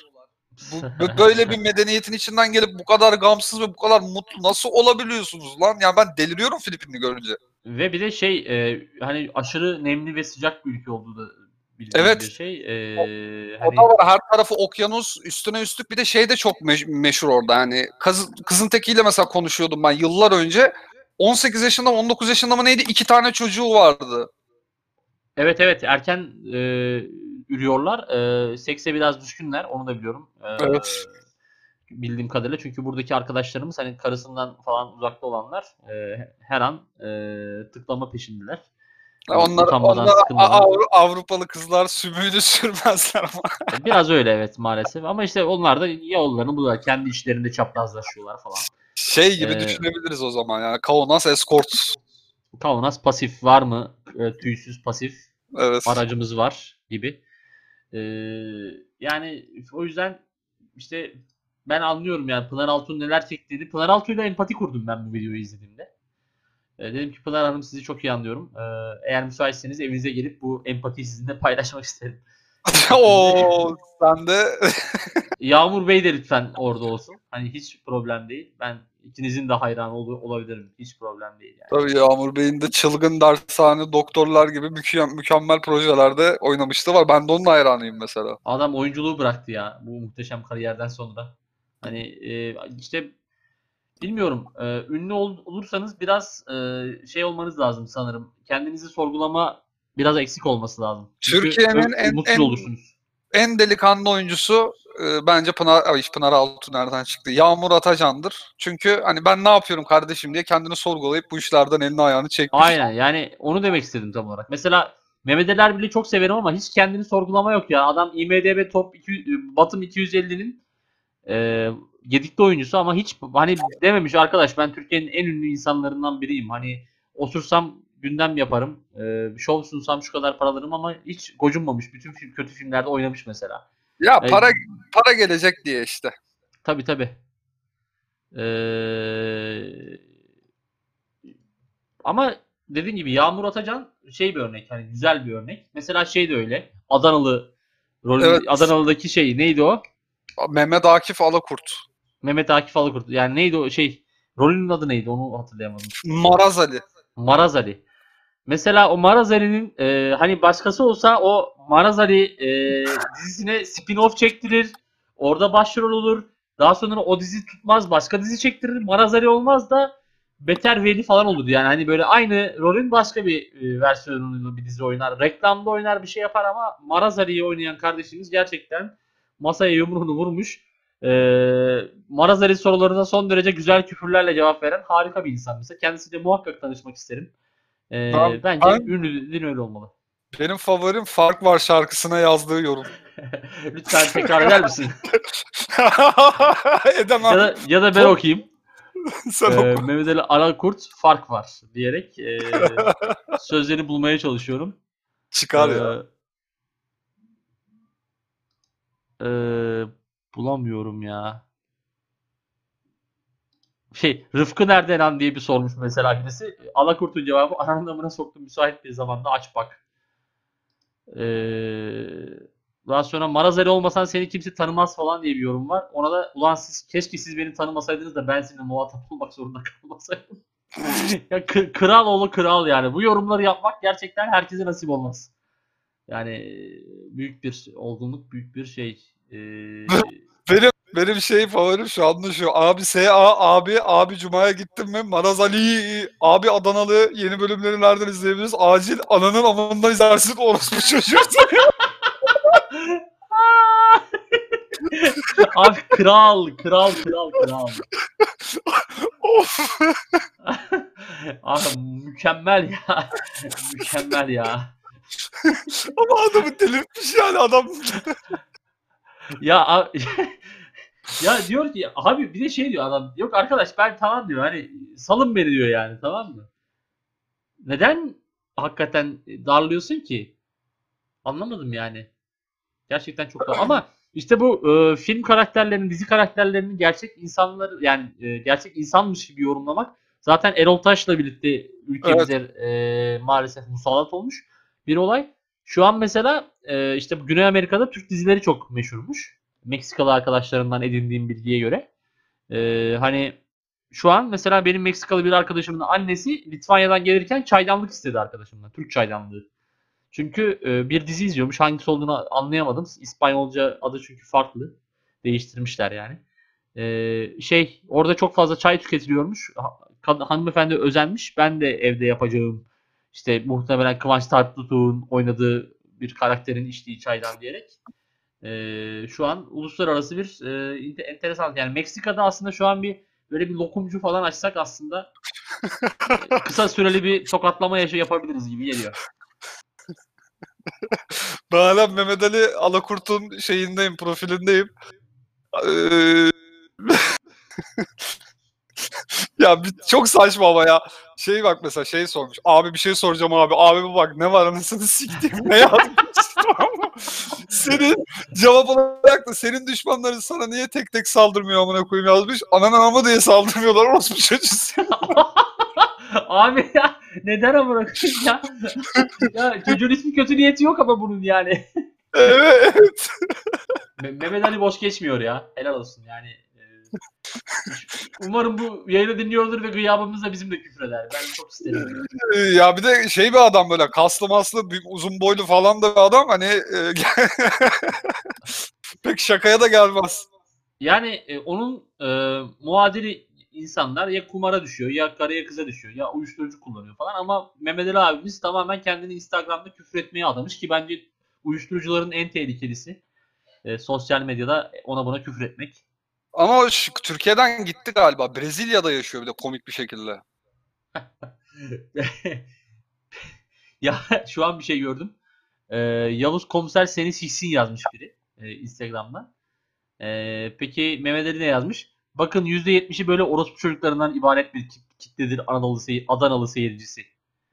Speaker 2: Böyle bir medeniyetin içinden gelip bu kadar gamsız ve bu kadar mutlu nasıl olabiliyorsunuz lan? Ya ben deliriyorum Filipin'i görünce.
Speaker 1: Ve bir de hani aşırı nemli ve sıcak bir ülke olduğu da bildiğim bir
Speaker 2: Evet.
Speaker 1: şey.
Speaker 2: O da var. Her tarafı okyanus, üstüne üstlük bir de şey de çok meşhur orada. Yani kızın tekiyle mesela konuşuyordum ben yıllar önce. 18 yaşında mı 19 yaşında mı neydi? 2 tane çocuğu vardı.
Speaker 1: Evet, evet, erken ürüyorlar. Sekse biraz düşkünler, onu da biliyorum.
Speaker 2: Evet.
Speaker 1: Bildiğim kadarıyla, çünkü buradaki arkadaşlarımız hani karısından falan uzakta olanlar her an tıklama peşindeler. Utanmadan,
Speaker 2: Onlar
Speaker 1: sıkılmadan.
Speaker 2: Avrupalı kızlar sümüğünü sürmezler ama.
Speaker 1: Biraz öyle evet, maalesef. Ama işte onlar da yollarını buluyorlar. Kendi işlerinde çaprazlaşıyorlar falan.
Speaker 2: Şey gibi
Speaker 1: Ee,
Speaker 2: düşünebiliriz o zaman yani. Kaunas Escort.
Speaker 1: Kaunas pasif var mı? Tüysüz pasif
Speaker 2: Evet.
Speaker 1: aracımız var gibi. Ee, Yani o yüzden işte ben anlıyorum yani Pınar Altuğ'un neler çektiğini. Pınar Altuğ'yla empati kurdum ben bu videoyu izlediğimde. Dedim ki Pınar Hanım, sizi çok iyi anlıyorum. Eğer müsaitseniz evinize gelip bu empatiyi sizinle paylaşmak isterim şeklinde.
Speaker 2: O sen de
Speaker 1: Yağmur Bey de lütfen orada olsun. Hani hiç problem değil. Ben ikinizin de hayranı olabilirim. Hiç problem değil yani.
Speaker 2: tabii Yağmur Bey'in de çılgın dershane doktorlar gibi mükemmel projelerde oynamıştı var. Ben de onun hayranıyım mesela.
Speaker 1: Adam oyunculuğu bıraktı ya bu muhteşem kariyerden sonra. Hani işte bilmiyorum. Ünlü olursanız biraz şey olmanız lazım sanırım. Kendinizi sorgulama biraz eksik olması lazım. Çünkü
Speaker 2: Türkiye'nin
Speaker 1: mutsuz olursunuz.
Speaker 2: en delikanlı oyuncusu bence Pınar Altuğ nereden çıktı? Yağmur Atacan'dır. Çünkü hani ben ne yapıyorum kardeşim diye kendini sorgulayıp bu işlerden elini ayağını çekmiş.
Speaker 1: Aynen, yani onu demek istedim tam olarak. Mesela Mehmet Ali Erbil'i çok severim ama hiç kendini sorgulama yok ya. Adam IMDb Top 200, Bottom 250'nin e, gedikli oyuncusu ama hiç hani dememiş arkadaş ben Türkiye'nin en ünlü insanlarından biriyim. Hani otursam gündem yaparım. Şov sunsam şu kadar para alırım ama hiç gocunmamış. Bütün kötü filmlerde oynamış mesela.
Speaker 2: Ya
Speaker 1: E,
Speaker 2: para gelecek diye işte.
Speaker 1: tabii tabii. E, Ama dediğim gibi Yağmur Atacan şey bir örnek, hani güzel bir örnek. Mesela şey de öyle.
Speaker 2: Evet,
Speaker 1: Adanalı'daki şey neydi o?
Speaker 2: Mehmet Akif Alakurt.
Speaker 1: Mehmet Akif Alıkurt. Yani neydi o şey? Rolünün adı neydi? Onu hatırlayamadım.
Speaker 2: Maraz Ali.
Speaker 1: Maraz Ali. mesela o Marazari'nin hani başkası olsa o Marazari dizisine spin-off çektirir. Orada başrol olur. Daha sonra o dizi tutmaz. Başka dizi çektirir. Marazari olmaz da Beter Veli falan olur. Yani hani böyle aynı rolün başka bir versiyonunu bir dizi oynar. Reklamda oynar bir şey yapar ama Marazari'yi oynayan kardeşimiz gerçekten masaya yumruğunu vurmuş. Marazari sorularına son derece güzel küfürlerle cevap veren harika bir insan mesela. Kendisiyle muhakkak tanışmak isterim. Bence
Speaker 2: Ben
Speaker 1: ünlü dediğin öyle olmalı.
Speaker 2: benim favorim Fark Var şarkısına yazdığı yorum.
Speaker 1: Lütfen tekrar eder misin?
Speaker 2: Edemem.
Speaker 1: Ya da ben
Speaker 2: Çok
Speaker 1: okuyayım.
Speaker 2: sen oku.
Speaker 1: Mehmet Ali Arakurt fark var diyerek sözleri bulmaya çalışıyorum.
Speaker 2: Çıkar ya.
Speaker 1: Ee, e, Bulamıyorum ya. Rıfkı nerede lan diye bir sormuş mesela birisi. Alakurt'un cevabı anlamına soktum müsait bir zamanda aç bak. Daha sonra Marazeli olmasan seni kimse tanımaz falan diye bir yorum var. Ona da ulan siz keşke siz beni tanımasaydınız da ben seninle muhatap olmak zorunda kalmasaydım. Ya kral oğlu kral yani. Bu yorumları yapmak gerçekten herkese nasip olmaz. Yani büyük bir olgunluk, büyük bir şey.
Speaker 2: Benim favorim şu anda şu. Abi S.A. abi Cuma'ya gittin mi? Maraz Ali abi Adanalı yeni bölümleri nereden izleyebiliriz? Acil ananın amından izlersin orospu çocuğu.
Speaker 1: Abi kral, kral, kral, kral.
Speaker 2: Of.
Speaker 1: Abi mükemmel ya. Mükemmel ya.
Speaker 2: Ama adamı delirtmiş yani adam.
Speaker 1: Ya ya diyor ki abi bir de şey diyor adam. Yok arkadaş ben tamam diyor. Hani salın beni diyor yani tamam mı? Neden hakikaten darlıyorsun ki? Anlamadım yani. Gerçekten çok da ama işte bu film karakterlerinin, dizi karakterlerinin gerçek insanlar yani gerçek insanmış gibi yorumlamak zaten Erol Taş'la birlikte
Speaker 2: Evet.
Speaker 1: ülkemize maalesef musallat olmuş bir olay. Şu an mesela işte Güney Amerika'da Türk dizileri çok meşhurmuş. Meksikalı arkadaşlarımdan edindiğim bilgiye göre. Hani şu an mesela benim Meksikalı bir arkadaşımın annesi Litvanya'dan gelirken çaydanlık istedi arkadaşımdan. Türk çaydanlığı. Çünkü bir dizi izliyormuş. Hangisi olduğunu anlayamadım. İspanyolca adı çünkü farklı. Değiştirmişler yani. Orada çok fazla çay tüketiliyormuş. Hanımefendi özenmiş. Ben de evde yapacağım. İşte muhtemelen Kıvanç Tatlıtuğ'un oynadığı bir karakterin içtiği çaydan diyerek. Şu an uluslararası bir enteresan. Yani Meksika'da aslında şu an bir böyle bir lokumcu falan açsak aslında kısa süreli bir tokatlama yapabiliriz gibi geliyor.
Speaker 2: Ben hala Mehmet Ali Alakurt'un şeyindeyim, profilindeyim. Ee, Ya çok saçma ama ya. Şey bak mesela şey sormuş. Abi bir şey soracağım abi. Abi bu bak ne var anasını siktiğim ne yazmış. Tamam mı? Senin cevap olarak da senin düşmanların sana niye tek tek saldırmıyor amına koyayım yazmış. Anan anama diye saldırmıyorlar orospu çocuğu.
Speaker 1: Abi ya neden amına koyayım ya? Ya çocuğun hiçbir kötü niyeti yok ama bunun yani.
Speaker 2: Evet.
Speaker 1: Mehmet Ali boş geçmiyor ya. Helal olsun yani. Umarım bu yayını dinliyordur ve gıyabımızda bizim de küfür eder. Ben çok isterim.
Speaker 2: Ya bir de şey bir adam böyle kaslı maslı uzun boylu falan da bir adam hani pek şakaya da gelmez.
Speaker 1: Yani onun muadili insanlar ya kumara düşüyor ya karıya kıza düşüyor ya uyuşturucu kullanıyor falan ama Mehmet Ali abimiz tamamen kendini Instagram'da küfür etmeye adamış ki bence uyuşturucuların en tehlikelisi sosyal medyada ona buna küfür etmek.
Speaker 2: Ama Türkiye'den gitti galiba. Brezilya'da yaşıyor bir de komik bir şekilde.
Speaker 1: Ya şu an bir şey gördüm. Yavuz Komiser seni siksin yazmış biri Instagram'da. Peki Mehmet Ali ne yazmış? Bakın %70'i böyle orospu çocuklarından ibaret bir kitledir Adanalı seyircisi.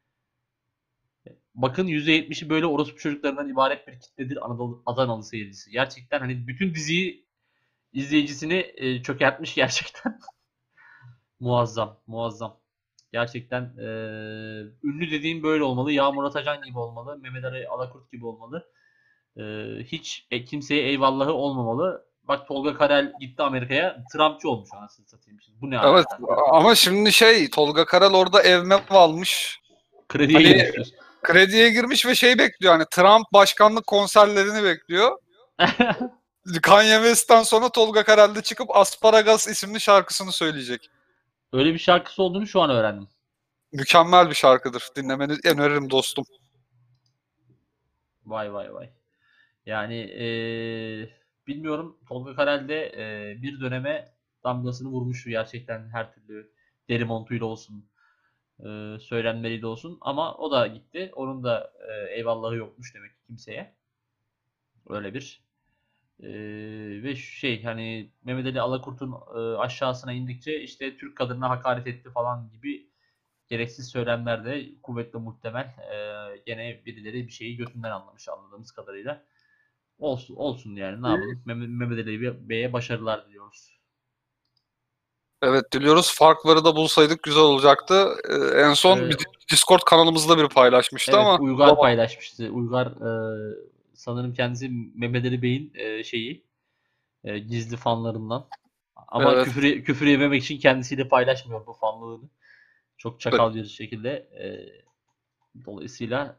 Speaker 1: Bakın %70'i böyle orospu çocuklarından ibaret bir kitledir Adanalı seyircisi. Gerçekten hani bütün diziyi izleyicisini çökertmiş gerçekten. Muazzam, muazzam. Gerçekten ünlü dediğim böyle olmalı. Yağmur Atacan gibi olmalı. Mehmet Ali Alakurt gibi olmalı. Hiç kimseye eyvallahı olmamalı. Bak Tolga Karel gitti Amerika'ya. Trumpçı olmuş anasını satayım. Şimdi bu ne
Speaker 2: Evet
Speaker 1: alaka?
Speaker 2: ama şimdi şey Tolga Karal orada ev mev almış.
Speaker 1: Krediye
Speaker 2: Hani
Speaker 1: girmiş diyorsun.
Speaker 2: krediye girmiş ve şey bekliyor, hani Trump başkanlık konserlerini bekliyor. Kanye West'ten sonra Tolga Karal'de çıkıp Asparagas isimli şarkısını söyleyecek.
Speaker 1: Öyle bir şarkısı olduğunu şu an öğrendim.
Speaker 2: Mükemmel bir şarkıdır. Dinlemeni öneririm dostum.
Speaker 1: Vay vay vay. Yani bilmiyorum, Tolga Karel de bir döneme damgasını vurmuş gerçekten, her türlü deri montuyla olsun, söylenmeliyle olsun, ama o da gitti. Onun da eyvallahı yokmuş demek ki kimseye. Öyle bir ve şey, hani Mehmet Ali Alakurt'un aşağısına indikçe işte Türk kadınına hakaret etti falan gibi gereksiz söylemler de kuvvetle muhtemel. Gene birileri bir şeyi götünden anlamış anladığımız kadarıyla. Olsun, olsun yani, ne yapalım. Mehmet Ali Bey'e başarılar diliyoruz.
Speaker 2: Evet, diliyoruz. Farkları da bulsaydık güzel olacaktı. En son
Speaker 1: Ee,
Speaker 2: bir Discord kanalımızda biri paylaşmıştı
Speaker 1: evet,
Speaker 2: ama
Speaker 1: Uygar
Speaker 2: bulamadım.
Speaker 1: paylaşmıştı. Uygar sanırım kendisi Mehmet Ali Bey'in şeyi, gizli fanlarından. Ama
Speaker 2: Evet.
Speaker 1: küfür yememek için kendisiyle paylaşmıyor bu fanlığını. Çok çakal bir şekilde. Dolayısıyla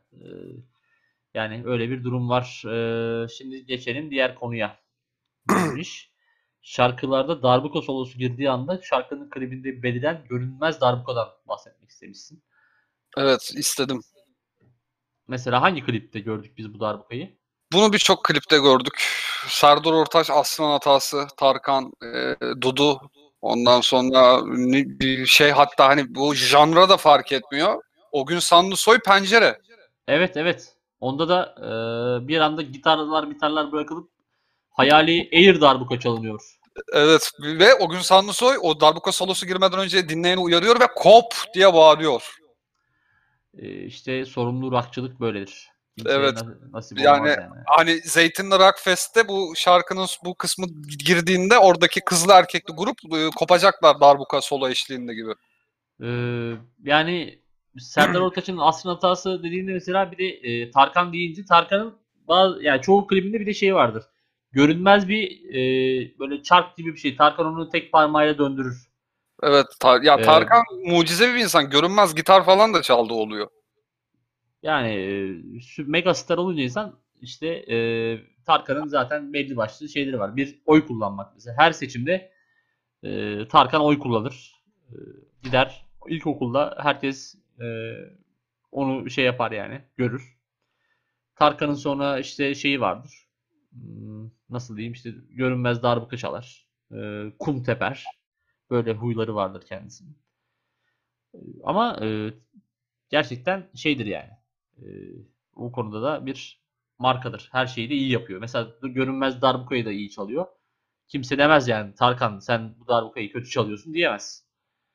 Speaker 1: yani öyle bir durum var. Şimdi geçelim diğer konuya. Neymiş? Şarkılarda darbuka solosu girdiği anda şarkının klibinde belirlen görünmez darbukadan bahsetmek istemişsin.
Speaker 2: Evet, istedim.
Speaker 1: Mesela hangi klipte gördük biz bu darbukayı?
Speaker 2: Bunu birçok klipte gördük. Serdar Ortaç, Aslan Hatası, Tarkan, Dudu. Ondan sonra bir şey, hatta hani bu janra da fark etmiyor. O gün Sanlısoy Pencere.
Speaker 1: Evet, evet. Onda da bir anda gitarlar bırakılıp hayali air darbuka çalınıyor.
Speaker 2: Evet, ve o gün Sanlısoy o darbuka solosu girmeden önce dinleyeni uyarıyor ve kop diye bağırıyor.
Speaker 1: İşte sorumlu rockçılık böyledir. Kimseye
Speaker 2: Evet,
Speaker 1: nasip
Speaker 2: yani
Speaker 1: olmaz yani.
Speaker 2: hani Zeytinli Rock Fest'te bu şarkının bu kısmı girdiğinde oradaki kızlı erkekli grup kopacaklar darbuka solo eşliğinde gibi.
Speaker 1: Yani Serdar Ortaç'ın asrın hatası dediğinde mesela bir de Tarkan deyince Tarkan'ın bazı, yani çoğu klibinde bir de şey vardır. Görünmez bir böyle çark gibi bir şey. Tarkan onu tek parmağıyla döndürür.
Speaker 2: Evet, ya
Speaker 1: E,
Speaker 2: Tarkan mucizevi bir insan. Görünmez gitar falan da çaldığı oluyor.
Speaker 1: Yani mega star olunca insan işte Tarkan'ın zaten belli başlı şeyleri var. Bir, oy kullanmak mesela. Her seçimde Tarkan oy kullanır. Gider ilkokulda herkes onu şey yapar yani, görür. Tarkan'ın sonra işte şeyi vardır. Nasıl diyeyim, işte görünmez darbuka çalar. Kum teper. Böyle huyları vardır kendisinin. Ama gerçekten şeydir yani. E, Bu konuda da bir markadır. Her şeyi de iyi yapıyor. Mesela görünmez darbukayı da iyi çalıyor. Kimse demez yani, Tarkan sen bu darbukayı kötü çalıyorsun diyemez.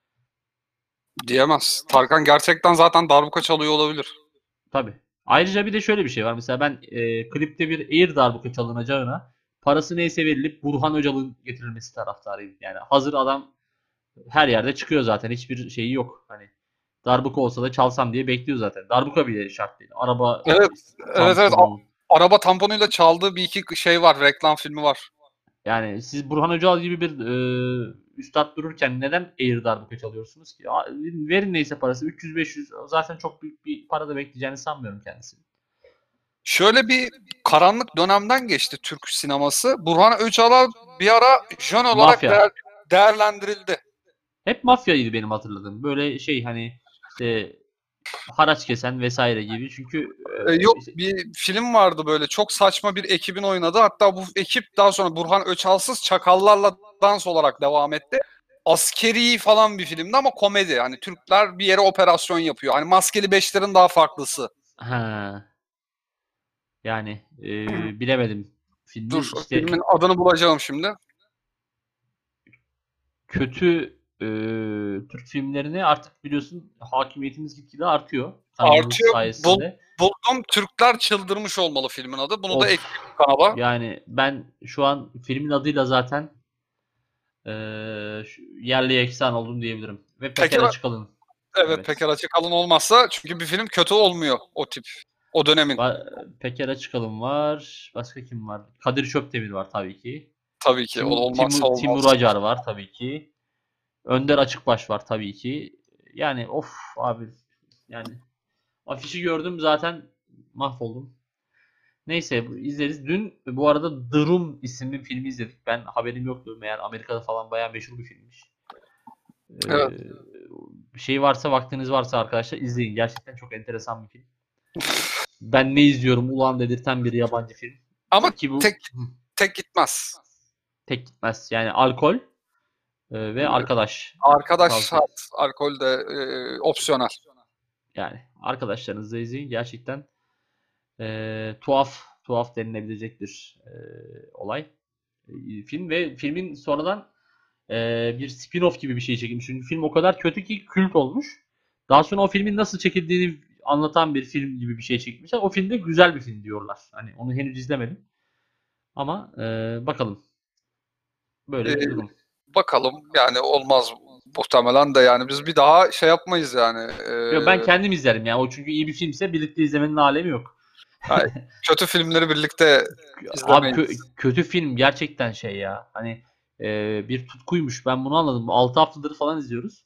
Speaker 2: Diyemez. Tarkan gerçekten zaten darbuka çalıyor olabilir.
Speaker 1: Tabii. Ayrıca bir de şöyle bir şey var. Mesela ben klipte bir air darbuka çalınacağına parası neyse verilip Burhan Öcal'ın getirilmesi taraftarıyım. Yani hazır adam her yerde çıkıyor zaten. Hiçbir şeyi yok. Hani darbuka olsa da çalsam diye bekliyor zaten. Darbuka bile şart değil. Araba
Speaker 2: Evet, evet.
Speaker 1: tamponu.
Speaker 2: Araba tamponuyla çaldığı bir iki şey var. Reklam filmi var.
Speaker 1: Yani siz Burhan Öcal gibi bir üstad dururken neden air darbuka çalıyorsunuz ki? Verin neyse parası. 300-500, zaten çok büyük bir para da bekleyeceğini sanmıyorum kendisini.
Speaker 2: Şöyle bir karanlık dönemden geçti Türk sineması. Burhan Öcalan bir ara jön olarak
Speaker 1: Mafya.
Speaker 2: değerlendirildi.
Speaker 1: Hep mafyaydı benim hatırladığım. Böyle şey, hani işte haraç kesen vesaire gibi. Çünkü
Speaker 2: Yok,
Speaker 1: işte,
Speaker 2: bir film vardı böyle çok saçma, bir ekibin oynadığı. Hatta bu ekip daha sonra Burhan Öçalsız Çakallarla Dans olarak devam etti. Askeri falan bir filmdi ama komedi. Hani Türkler bir yere operasyon yapıyor. Hani Maskeli Beşler'in daha farklısı.
Speaker 1: ha, yani bilemedim. Filmi
Speaker 2: Dur,
Speaker 1: işte
Speaker 2: filmin adını bulacağım şimdi.
Speaker 1: kötü Türk filmlerine artık biliyorsun hakimiyetimiz gitgide artıyor kanalımız
Speaker 2: Artıyor.
Speaker 1: sayesinde.
Speaker 2: Buldum. Türkler Çıldırmış olmalı filmin adı. Bunu da
Speaker 1: Of,
Speaker 2: ekledim kanala.
Speaker 1: yani ben şu an filmin adıyla zaten yerli eksan oldum diyebilirim. Ve Peker
Speaker 2: Peker,
Speaker 1: Açıkalın.
Speaker 2: evet,
Speaker 1: Evet.
Speaker 2: Peker Açıkalın olmazsa çünkü bir film kötü olmuyor o tip. O dönemin.
Speaker 1: Peker Açıkalın var. Başka kim var? Kadir Çöptemir var tabii ki.
Speaker 2: Tabii ki. O olmazsa
Speaker 1: Timur
Speaker 2: olmaz.
Speaker 1: Acar var tabii ki. Önder Açıkbaş var tabii ki. Yani of abi, yani Afişi gördüm zaten mahvoldum. Neyse izleriz. Dün bu arada The Room isimli filmi izledik. Ben haberim yoktu. Meğer Amerika'da falan bayağı meşhur bir filmmiş.
Speaker 2: Evet.
Speaker 1: Bir şey varsa vaktiniz varsa arkadaşlar izleyin. Gerçekten çok enteresan bir film. Ben ne izliyorum ulan dedirten bir yabancı film.
Speaker 2: Ama
Speaker 1: Ki bu
Speaker 2: tek gitmez.
Speaker 1: tek gitmez. Yani alkol ve arkadaş
Speaker 2: Arkadaş
Speaker 1: tavsiye.
Speaker 2: şart, alkol de opsiyonel.
Speaker 1: Yani arkadaşlarınızla izleyin. Gerçekten tuhaf denilebilecek bir olay. Film ve filmin sonradan bir spin-off gibi bir şey çekilmiş. Çünkü film o kadar kötü ki kült olmuş. Daha sonra o filmin nasıl çekildiğini anlatan bir film gibi bir şey çekmişler. O filmde güzel bir film diyorlar. Hani onu henüz izlemedim. Ama bakalım.
Speaker 2: E,
Speaker 1: Böyle bir durum.
Speaker 2: Bakalım yani olmaz muhtemelen de yani biz bir daha şey yapmayız yani.
Speaker 1: Yok, ben kendim izlerim yani. O çünkü iyi bir filmse birlikte izlemenin alemi yok.
Speaker 2: Yani kötü filmleri birlikte
Speaker 1: Abi
Speaker 2: izlemeyiz.
Speaker 1: kötü film gerçekten şey ya. Hani bir tutkuymuş. Ben bunu anladım. 6 haftadır falan izliyoruz.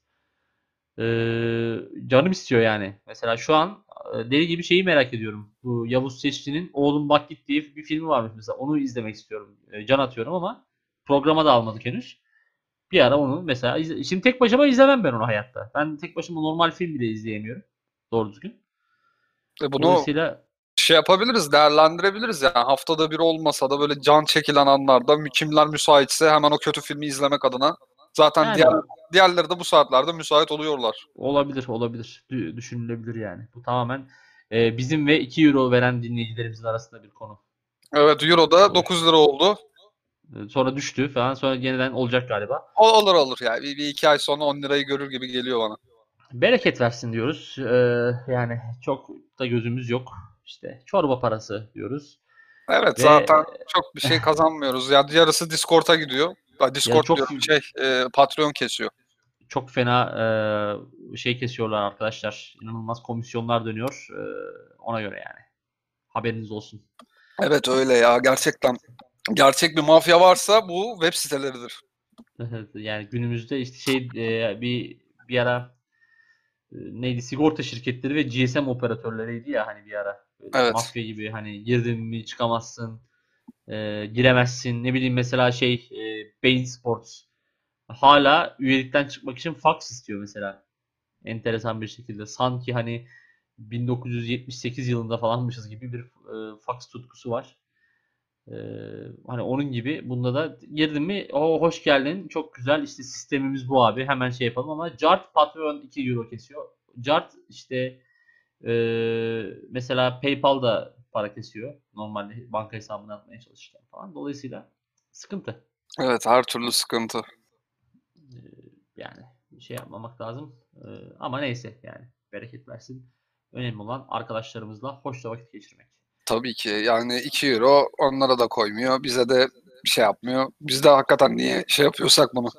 Speaker 1: Canım istiyor yani. Mesela şu an deli gibi şeyi merak ediyorum. Bu Yavuz Seçkin'in Oğlum Bak Git diye bir filmi varmış mesela. Onu izlemek istiyorum. Can atıyorum ama programa da almadık henüz. Bir ara onu mesela şimdi tek başıma izlemem ben onu hayatta. Ben tek başıma normal film bile izleyemiyorum. Doğru düzgün.
Speaker 2: Bunu
Speaker 1: Dolayısıyla
Speaker 2: şey yapabiliriz, değerlendirebiliriz yani haftada bir olmasa da böyle can çekilen anlarda kimler müsaitse hemen o kötü filmi izlemek adına. Zaten
Speaker 1: yani
Speaker 2: diğerleri de bu saatlerde müsait oluyorlar.
Speaker 1: olabilir. Düşünülebilir yani. Bu tamamen bizim ve 2 euro veren dinleyicilerimizin arasında bir konu.
Speaker 2: Evet, Euro da
Speaker 1: Olur.
Speaker 2: 9 lira oldu.
Speaker 1: Sonra düştü falan. Sonra yeniden olacak galiba.
Speaker 2: Olur yani bir iki ay sonra 10 lirayı görür gibi geliyor bana.
Speaker 1: Bereket versin diyoruz. Yani çok da gözümüz yok. İşte çorba parası diyoruz.
Speaker 2: Evet,
Speaker 1: Ve
Speaker 2: zaten çok bir şey kazanmıyoruz. Yani yarısı Discord'a gidiyor.
Speaker 1: ya
Speaker 2: Discord
Speaker 1: çok
Speaker 2: diyorum Patreon kesiyor.
Speaker 1: çok fena şey kesiyorlar arkadaşlar. İnanılmaz komisyonlar dönüyor. Ona göre yani. Haberiniz olsun.
Speaker 2: Evet öyle ya, gerçekten. Gerçek bir mafya varsa bu web siteleridir.
Speaker 1: Yani günümüzde işte şey bir ara neydi, sigorta şirketleri ve GSM operatörleriydi ya hani bir ara böyle
Speaker 2: Evet.
Speaker 1: mafya gibi, hani girdin mi çıkamazsın, giremezsin, ne bileyim mesela şey Bein Sports hala üyelikten çıkmak için fax istiyor mesela, enteresan bir şekilde sanki hani 1978 yılında falanmışız gibi bir fax tutkusu var. Ee, Hani onun gibi bunda da girdin mi o hoş geldin, çok güzel, işte sistemimiz bu abi, hemen şey yapalım, ama Cart Patreon 2 euro kesiyor. Cart işte mesela PayPal'da para kesiyor. Normalde banka hesabına atmaya çalışırken falan. Dolayısıyla sıkıntı.
Speaker 2: Evet, her türlü sıkıntı.
Speaker 1: Ee, Yani şey yapmamak lazım. Ama neyse yani, bereket versin. Önemli olan arkadaşlarımızla hoşça vakit geçirmek.
Speaker 2: Tabii ki yani 2 euro onlara da koymuyor. Bize de bir şey yapmıyor. Biz de hakikaten niye şey yapıyorsak bunu.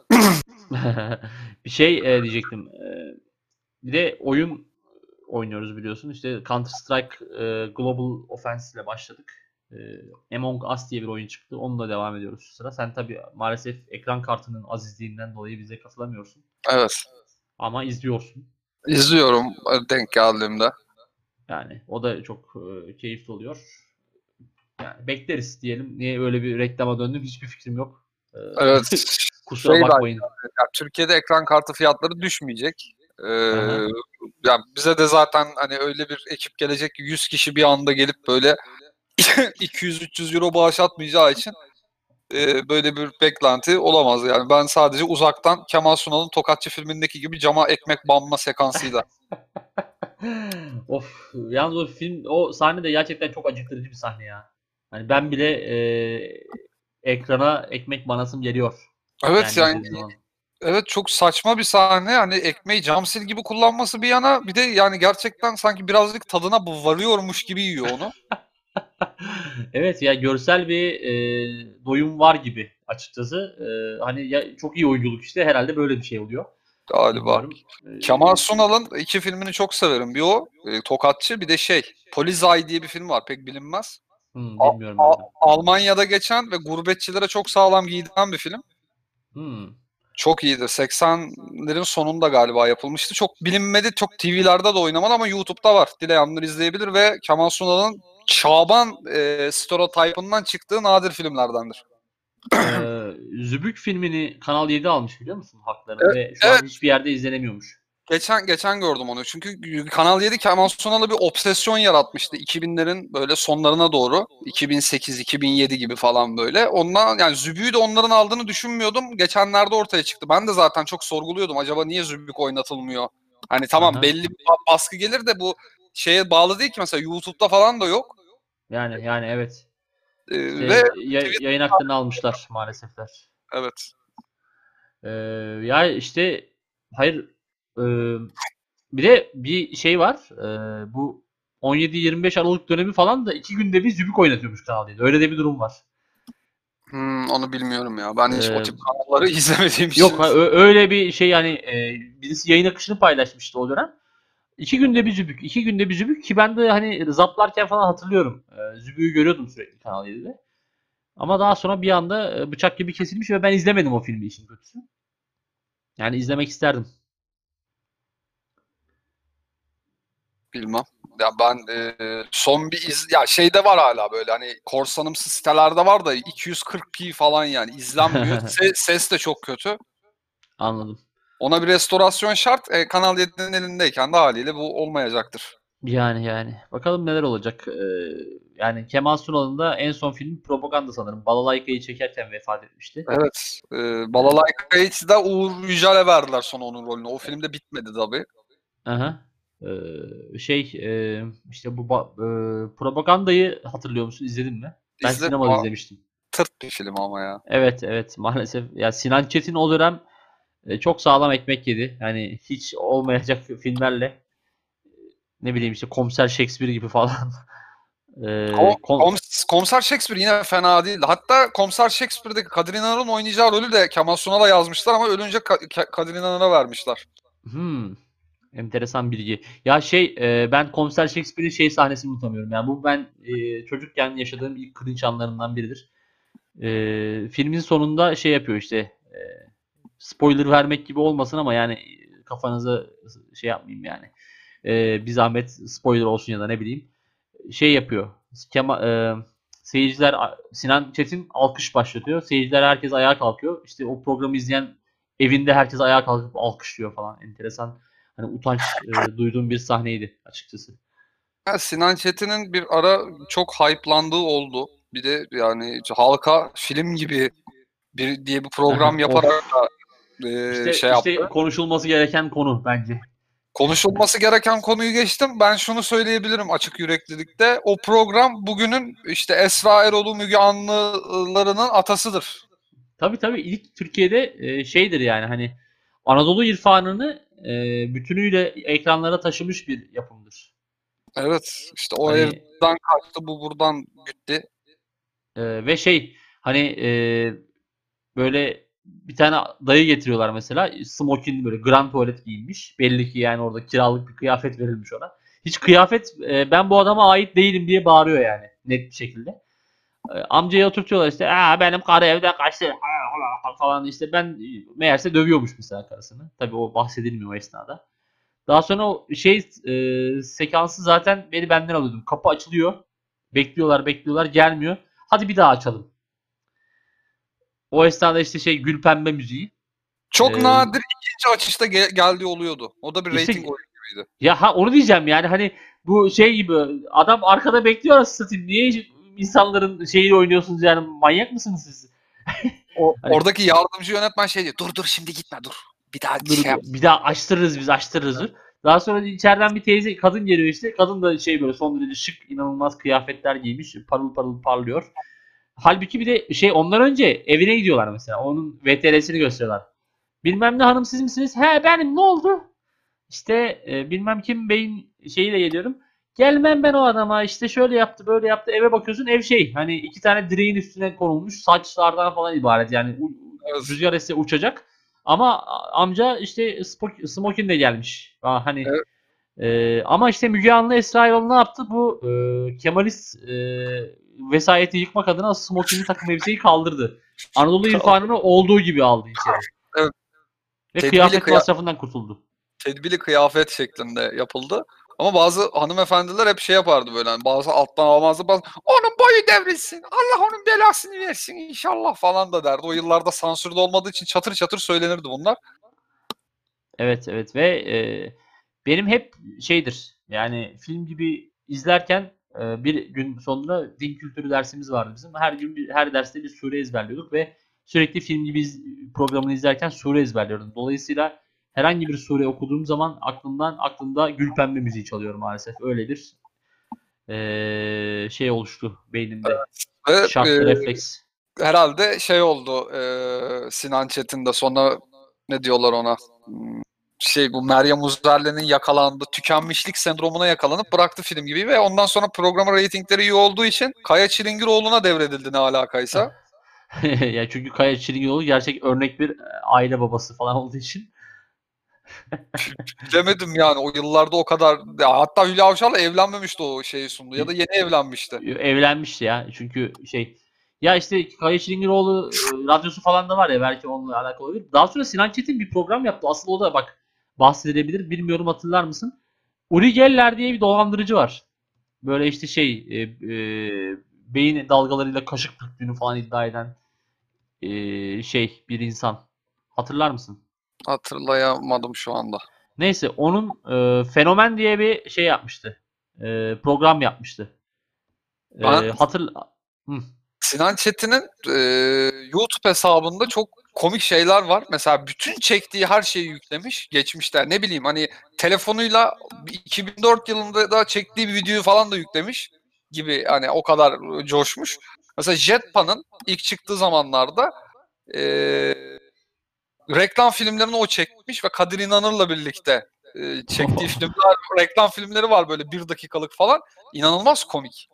Speaker 1: Bir şey diyecektim. Bir de oyun oynuyoruz biliyorsun. İşte Counter Strike Global Offensive ile başladık. Among Us diye bir oyun çıktı. Onunla devam ediyoruz şu sıra. Sen tabii maalesef ekran kartının azizliğinden dolayı bize katılamıyorsun.
Speaker 2: Evet.
Speaker 1: Ama izliyorsun.
Speaker 2: İzliyorum denk geldiğimde.
Speaker 1: Yani o da çok keyifli oluyor. Yani bekleriz diyelim. Niye öyle bir reklama döndüm hiçbir fikrim yok.
Speaker 2: Evet.
Speaker 1: Kusura
Speaker 2: Şey var.
Speaker 1: bakmayın.
Speaker 2: Ya, Türkiye'de ekran kartı fiyatları düşmeyecek.
Speaker 1: Aha.
Speaker 2: Yani bize de zaten hani öyle bir ekip gelecek ki 100 kişi bir anda gelip böyle 200-300 euro bağış atmayacağı için böyle bir beklenti olamaz yani. Ben sadece uzaktan Kemal Sunal'ın Tokatçı filmindeki gibi cama ekmek banma sekansıyla.
Speaker 1: Of, yalnız o film, o sahne de gerçekten çok acıktırıcı bir sahne ya. Hani ben bile ekrana ekmek banasım geliyor.
Speaker 2: Evet
Speaker 1: Yani
Speaker 2: yani
Speaker 1: izlediğim zaman.
Speaker 2: evet, çok saçma bir sahne. Hani ekmeği cam sil gibi kullanması bir yana, bir de yani gerçekten sanki birazcık tadına bu varıyormuş gibi yiyor onu.
Speaker 1: Evet ya, görsel bir doyum var gibi açıkçası. Hani ya, çok iyi oyunculuk işte, herhalde böyle bir şey oluyor.
Speaker 2: Galiba.
Speaker 1: Bilmiyorum.
Speaker 2: Kemal Sunal'ın iki filmini çok severim. Bir o Tokatçı, bir de Polizei diye bir film var, pek bilinmez.
Speaker 1: Bilmiyorum ben de.
Speaker 2: Almanya'da geçen ve gurbetçilere çok sağlam giydiren bir film.
Speaker 1: Hmm.
Speaker 2: Çok iyidir. 80'lerin sonunda galiba yapılmıştı. Çok bilinmedi. Çok TV'lerde de oynamadı ama YouTube'da var. Dileyenler izleyebilir ve Kemal Sunal'ın Şaban stereotipından çıktığı nadir filmlerdendir.
Speaker 1: Zübük filmini Kanal 7 almış biliyor musun haklarını
Speaker 2: Evet,
Speaker 1: ve şu
Speaker 2: evet.
Speaker 1: an hiçbir yerde izlenemiyormuş.
Speaker 2: Geçen gördüm onu. Çünkü Kanal 7 Kemal Sunal'a bir obsesyon yaratmıştı 2000'lerin böyle sonlarına doğru. 2008-2007 gibi falan böyle. Ondan yani Zübük'ü de onların aldığını düşünmüyordum. Geçenlerde ortaya çıktı. Ben de zaten çok sorguluyordum. Acaba niye Zübük oynatılmıyor? Hani tamam
Speaker 1: Aha.
Speaker 2: belli bir baskı gelir de bu şeye bağlı değil ki, mesela YouTube'da falan da yok.
Speaker 1: Yani evet. İşte
Speaker 2: Ve
Speaker 1: yayın haklarını almışlar maalesefler.
Speaker 2: evet.
Speaker 1: Ee, Ya işte hayır, e, bir de bir şey var. Bu 17-25 Aralık dönemi falan da 2 günde bir Zübük oynatıyormuş Kanal 7. Öyle de bir durum var.
Speaker 2: Onu bilmiyorum ya. Ben hiç o
Speaker 1: Ee,
Speaker 2: tip kanalları izlemediğim
Speaker 1: Yok
Speaker 2: için.
Speaker 1: öyle bir şey yani, birisi yayın akışını paylaşmıştı o dönem. 2 günde bir Zübük, 2 günde bir Zübük ki ben de hani zaplarken falan hatırlıyorum. Zübük'ü görüyordum sürekli Kanal 7'de. Ama daha sonra bir anda bıçak gibi kesilmiş ve ben izlemedim o filmi, işin kötüsü. Yani izlemek isterdim.
Speaker 2: Bilmem. Ya ben son bir ya şeyde var hala böyle hani korsanımsı sitelerde var da 240p falan yani izlenmiyor. Ses de çok kötü.
Speaker 1: Anladım.
Speaker 2: Ona bir restorasyon şart. Kanal 7'nin elindeyken de haliyle bu olmayacaktır.
Speaker 1: Yani. Bakalım neler olacak. Yani Kemal Sunal'ın da en son filmi Propaganda sanırım. Balalayka'yı çekerken vefat etmişti.
Speaker 2: Evet.
Speaker 1: Ee,
Speaker 2: Balalayka Yiğit'i Uğur Yücel'e verdiler sonra onun rolünü. O filmde bitmedi tabii.
Speaker 1: aha. İşte bu Propaganda'yı hatırlıyor musun? İzledin mi? Ben
Speaker 2: İzledim
Speaker 1: sinemada
Speaker 2: ama
Speaker 1: izlemiştim.
Speaker 2: tırt bir film ama ya.
Speaker 1: Evet maalesef. Ya Sinan Çetin o dönem çok sağlam ekmek yedi. Yani hiç olmayacak filmlerle, ne bileyim işte Komiser Shakespeare gibi falan.
Speaker 2: Ama
Speaker 1: Ee, kon-
Speaker 2: Komiser Shakespeare yine fena değildi. Hatta Komiser Shakespeare'deki Kadir İnanır'ın oynayacağı rolü de Kemal Sunal'a yazmışlar ama ölünce Kadir İnanır'a vermişler.
Speaker 1: hmm, Enteresan bilgi. Ya ben Komiser Shakespeare'in sahnesini unutamıyorum. Yani bu ben çocukken yaşadığım ilk cringe anlarından biridir. Filmin sonunda yapıyor işte. Spoiler vermek gibi olmasın ama yani kafanızı yapmayayım yani. Bir zahmet spoiler olsun ya da ne bileyim. Yapıyor. Seyirciler, Sinan Çetin alkış başlatıyor. Seyirciler herkes ayağa kalkıyor. İşte o programı izleyen evinde herkes ayağa kalkıp alkışlıyor falan. Enteresan. Hani utanç duyduğum bir sahneydi açıkçası.
Speaker 2: Ha, Sinan Çetin'in bir ara çok hype'landığı oldu. Bir de yani halka film gibi diye bir program
Speaker 1: Of.
Speaker 2: yaparak da
Speaker 1: İşte
Speaker 2: şey
Speaker 1: işte
Speaker 2: yaptı.
Speaker 1: konuşulması gereken konu bence.
Speaker 2: Konuşulması gereken konuyu geçtim. Ben şunu söyleyebilirim açık yüreklilikte. O program bugünün işte Esra Erol'u, Müge Anlılarının atasıdır.
Speaker 1: Tabii ilk Türkiye'de şeydir yani, hani Anadolu irfanını bütünüyle ekranlara taşımış bir yapımdır.
Speaker 2: Evet, işte o
Speaker 1: Hani
Speaker 2: evden kaçtı, bu buradan gitti.
Speaker 1: ve hani böyle bir tane dayı getiriyorlar mesela. Smokin, böyle grand tuvalet giyinmiş. Belli ki yani orada kiralık bir kıyafet verilmiş ona. Hiç kıyafet, ben bu adama ait değilim diye bağırıyor yani net bir şekilde. Amcayı oturtuyorlar işte. Benim karı evden kaçtı falan, işte ben meğerse dövüyormuş mesela karısını. Tabii o bahsedilmiyor o esnada. Daha sonra o sekansı zaten beni benden alıyordum. Kapı açılıyor. Bekliyorlar gelmiyor. Hadi bir daha açalım. O esnada işte Gülpembe müziği.
Speaker 2: Çok
Speaker 1: E,
Speaker 2: nadir ikinci açışta geldiği oluyordu. O da bir
Speaker 1: işte
Speaker 2: reyting oyunu gibiydi.
Speaker 1: onu diyeceğim yani, hani bu gibi adam arkada bekliyor aslında satayım. Niye insanların oynuyorsunuz yani, manyak mısınız siz? Hani
Speaker 2: Oradaki yardımcı yönetmen şey diyor. Dur şimdi gitme dur. Bir daha
Speaker 1: dur
Speaker 2: şey yap.
Speaker 1: bir daha açtırırız, biz açtırırız. Dur. Daha sonra içeriden bir teyze kadın geliyor işte. Kadın da böyle son derece şık, inanılmaz kıyafetler giymiş. Parıl parıl parlıyor. Halbuki bir de ondan önce evine gidiyorlar mesela. Onun VTR'sini gösteriyorlar. Bilmem ne hanım siz misiniz? He benim, ne oldu? İşte bilmem kim beyin şeyiyle geliyorum. Gelmem ben o adama, işte şöyle yaptı böyle yaptı, eve bakıyorsun ev hani 2 tane direğin üstüne konulmuş, saçlardan falan ibaret yani,
Speaker 2: Evet.
Speaker 1: rüzgar esse uçacak. Ama amca işte smokinle gelmiş. Hani
Speaker 2: Evet.
Speaker 1: ama işte Müge Anlı Esra Erol ne yaptı? Bu Kemalist vesayeti yıkmak adına smokinli takım elbiseyi kaldırdı. Anadolu irfanını olduğu gibi aldı içeri.
Speaker 2: Evet.
Speaker 1: Ve
Speaker 2: Tedbirli
Speaker 1: kıyafet masrafından kurtuldu.
Speaker 2: tedbirli kıyafet şeklinde yapıldı. Ama bazı hanımefendiler hep şey yapardı böyle. Hani bazı alttan almazdı. Bazı onun boyu devrilsin. Allah onun belasını versin inşallah falan da derdi. O yıllarda sansürde olmadığı için çatır çatır söylenirdi bunlar.
Speaker 1: Evet, evet ve benim hep şeydir, yani film gibi izlerken bir gün sonunda din kültürü dersimiz vardı bizim. Her gün her derste bir sure ezberliyorduk ve sürekli film gibi programını izlerken sure ezberliyordum. Dolayısıyla herhangi bir sure okuduğum zaman aklımda Gülpembe müziği çalıyor maalesef. Öyle bir şey oluştu beynimde.
Speaker 2: Ve
Speaker 1: Şartlı refleks.
Speaker 2: herhalde şey oldu. Sinan Çetin de sonra ne diyorlar ona? Şey, bu Meryem Uzerli'nin yakalandığı tükenmişlik sendromuna yakalanıp bıraktı film gibi ve ondan sonra programın reytingleri iyi olduğu için Kaya Çilingiroğlu'na devredildi ne alakaysa.
Speaker 1: Ya çünkü Kaya Çilingiroğlu gerçek örnek bir aile babası falan olduğu için.
Speaker 2: Bilemedim yani, o yıllarda o kadar ya, hatta Hülya Avşar'la evlenmemişti o şeyi sundu ya da yeni evlenmişti.
Speaker 1: Evlenmişti ya. Çünkü şey, ya işte Kaya Çilingiroğlu radyosu falan da var ya, belki onunla alakalı olabilir. Daha sonra Sinan Çetin bir program yaptı. Asıl o da bak bahsedilebilir. Bilmiyorum, hatırlar mısın? Uri Geller diye bir dolandırıcı var. Böyle işte şey beyin dalgalarıyla kaşık büktüğünü falan iddia eden şey bir insan. Hatırlar mısın?
Speaker 2: Hatırlayamadım şu anda.
Speaker 1: Neyse, onun Fenomen diye bir şey yapmıştı. Program yapmıştı.
Speaker 2: Ben
Speaker 1: Hatırla. Hı.
Speaker 2: Sinan Çetin'in YouTube hesabında çok komik şeyler var. Mesela bütün çektiği her şeyi yüklemiş. Geçmişler, ne bileyim, hani telefonuyla 2004 yılında da çektiği bir videoyu falan da yüklemiş gibi, hani o kadar coşmuş. Mesela Jetpan'ın ilk çıktığı zamanlarda reklam filmlerini o çekmiş ve Kadir İnanır'la birlikte çektiği filmler, reklam filmleri var böyle 1 dakikalık falan. İnanılmaz komik.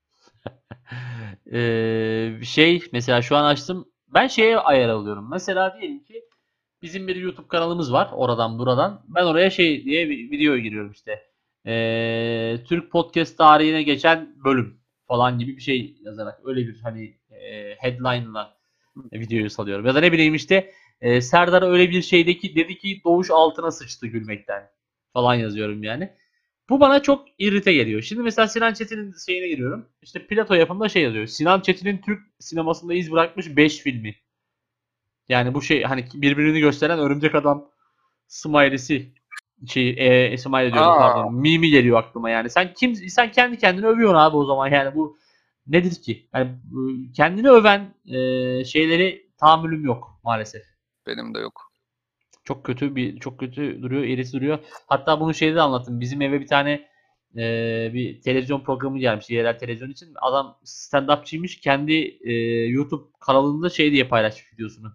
Speaker 1: Şey, mesela şu an açtım. Ben şeye ayar alıyorum. Mesela diyelim ki bizim bir YouTube kanalımız var. Oradan buradan. Ben oraya şey diye bir video giriyorum işte. Türk podcast tarihine geçen bölüm falan gibi bir şey yazarak. Öyle bir hani headline'la videoyu salıyorum. Ya da ne bileyim işte Serdar öyle bir şeydeki dedi ki Doğuş altına sıçtı gülmekten falan yazıyorum yani. Bu bana çok irrite geliyor. Şimdi mesela Sinan Çetin'in şeyine giriyorum. İşte Plato yapımında şey yazıyor. Sinan Çetin'in Türk sinemasında iz bırakmış 5 filmi. Yani bu şey, hani birbirini gösteren örümcek adam smiley'si, şey smiley diyorum,
Speaker 2: Aa,
Speaker 1: pardon. Mimi geliyor aklıma yani. Sen kendi kendine övüyorsun abi o zaman, yani bu nedir ki? Yani kendini öven şeyleri tahammülüm yok maalesef.
Speaker 2: benim de yok.
Speaker 1: Çok kötü duruyor, eğrisi duruyor. Hatta bunu şeyde de anlattım. Bizim eve bir tane bir televizyon programı gelmiş, yerel televizyon için. Adam stand-upçıymış. Kendi YouTube kanalında şey diye paylaşmış videosunu.